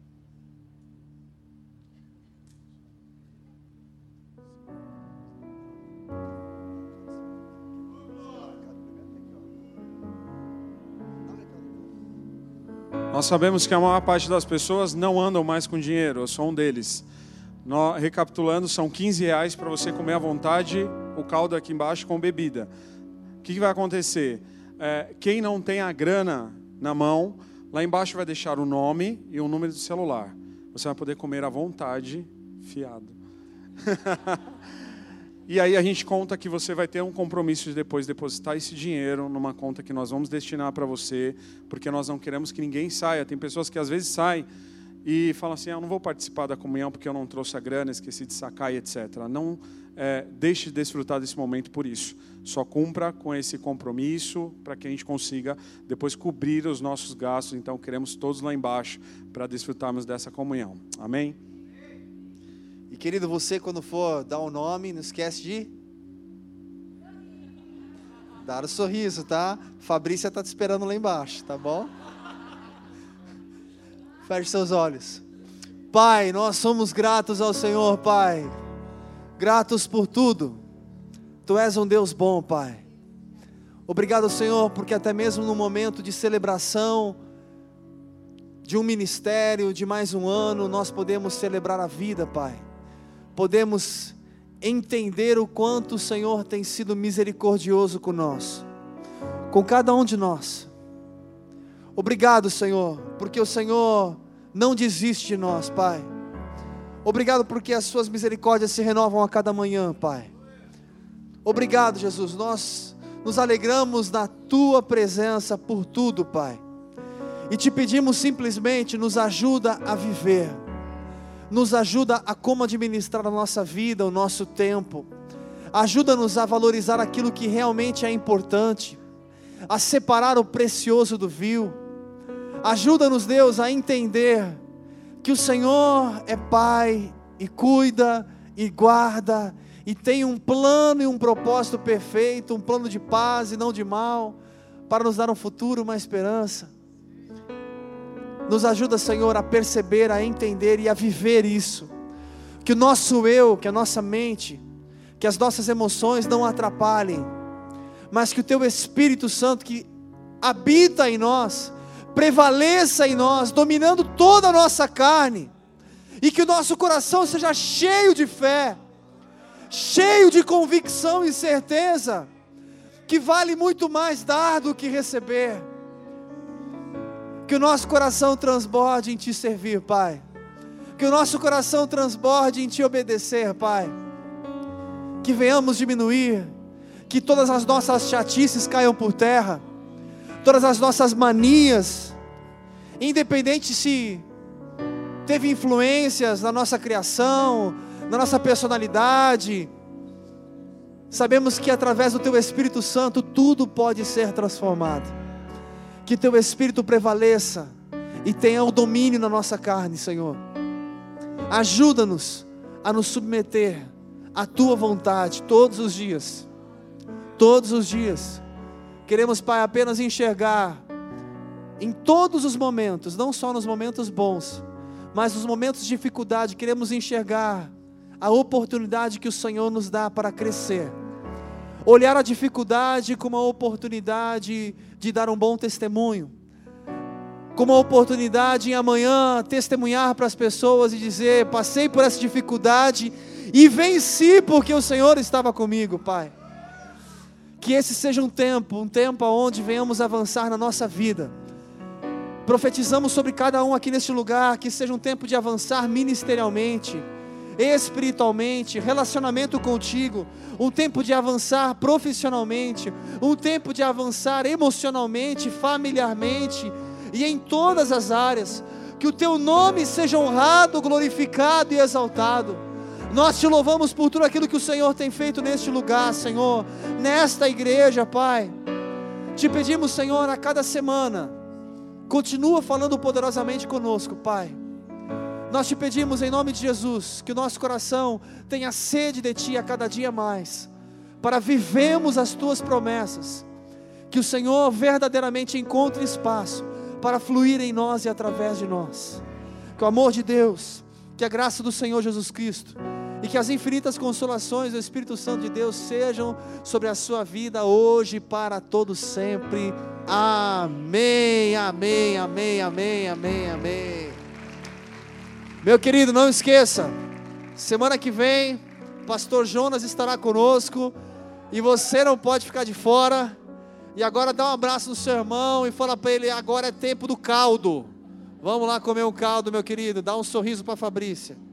Nós sabemos que a maior parte das pessoas não andam mais com dinheiro, eu sou um deles. Nós, recapitulando, são quinze reais para você comer à vontade o caldo aqui embaixo com bebida. O que, que vai acontecer? É, quem não tem a grana na mão, lá embaixo vai deixar o nome e o número do celular. Você vai poder comer à vontade, fiado. E aí a gente conta que você vai ter um compromisso de depois depositar esse dinheiro numa conta que nós vamos destinar para você, porque nós não queremos que ninguém saia. Tem pessoas que às vezes saem e falam assim, ah, eu não vou participar da comunhão porque eu não trouxe a grana, esqueci de sacar e etcétera. Não é, deixe de desfrutar desse momento por isso. Só cumpra com esse compromisso para que a gente consiga depois cobrir os nossos gastos. Então queremos todos lá embaixo para desfrutarmos dessa comunhão. Amém? E querido, você quando for dar o nome, não esquece de dar o sorriso, tá? Fabrícia está te esperando lá embaixo, tá bom? Feche seus olhos. Pai, nós somos gratos ao Senhor, Pai. Gratos por tudo. Tu és um Deus bom, Pai. Obrigado, Senhor, porque até mesmo no momento de celebração de um ministério, de mais um ano, nós podemos celebrar a vida, Pai. Podemos entender o quanto o Senhor tem sido misericordioso conosco, com cada um de nós. Obrigado, Senhor, porque o Senhor não desiste de nós, Pai. Obrigado porque as suas misericórdias se renovam a cada manhã, Pai. Obrigado, Jesus, nós nos alegramos na tua presença por tudo, Pai. E te pedimos simplesmente, nos ajuda a viver. Nos ajuda a como administrar a nossa vida, o nosso tempo. Ajuda-nos a valorizar aquilo que realmente é importante, a separar o precioso do vil. Ajuda-nos, Deus, a entender que o Senhor é Pai e cuida e guarda e tem um plano e um propósito perfeito, um plano de paz e não de mal, para nos dar um futuro, uma esperança. Nos ajuda, Senhor, a perceber, a entender e a viver isso. Que o nosso eu, que a nossa mente, que as nossas emoções não atrapalhem, mas que o Teu Espírito Santo que habita em nós, prevaleça em nós, dominando toda a nossa carne, e que o nosso coração seja cheio de fé, cheio de convicção e certeza, que vale muito mais dar do que receber. Que o nosso coração transborde em Te servir, Pai. Que o nosso coração transborde em Te obedecer, Pai. Que venhamos diminuir, que todas as nossas chatices caiam por terra, todas as nossas manias, independente se teve influências na nossa criação, na nossa personalidade, sabemos que através do Teu Espírito Santo tudo pode ser transformado. Que Teu Espírito prevaleça e tenha o domínio na nossa carne, Senhor. Ajuda-nos a nos submeter à Tua vontade todos os dias. Todos os dias. Queremos, Pai, apenas enxergar em todos os momentos, não só nos momentos bons, mas nos momentos de dificuldade, queremos enxergar a oportunidade que o Senhor nos dá para crescer. Olhar a dificuldade como uma oportunidade de dar um bom testemunho, como uma oportunidade em amanhã testemunhar para as pessoas e dizer: passei por essa dificuldade e venci porque o Senhor estava comigo, Pai. Que esse seja um tempo, um tempo onde venhamos avançar na nossa vida. Profetizamos sobre cada um aqui neste lugar, que seja um tempo de avançar ministerialmente, espiritualmente, relacionamento contigo, um tempo de avançar profissionalmente, um tempo de avançar emocionalmente, familiarmente e em todas as áreas. Que o Teu nome seja honrado, glorificado e exaltado. Nós Te louvamos por tudo aquilo que o Senhor tem feito neste lugar, Senhor, nesta igreja, Pai. Te pedimos, Senhor, a cada semana, continua falando poderosamente conosco, Pai. Nós Te pedimos em nome de Jesus, que o nosso coração tenha sede de Ti a cada dia mais, para vivermos as Tuas promessas, que o Senhor verdadeiramente encontre espaço para fluir em nós e através de nós. Que o amor de Deus, que a graça do Senhor Jesus Cristo e que as infinitas consolações do Espírito Santo de Deus sejam sobre a sua vida hoje e para todos sempre. Amém, amém, amém, amém, amém, amém. Meu querido, não esqueça, semana que vem, pastor Jonas estará conosco, e você não pode ficar de fora. E agora dá um abraço no seu irmão e fala para ele: agora é tempo do caldo. Vamos lá comer um caldo, meu querido. Dá um sorriso para a Fabrícia.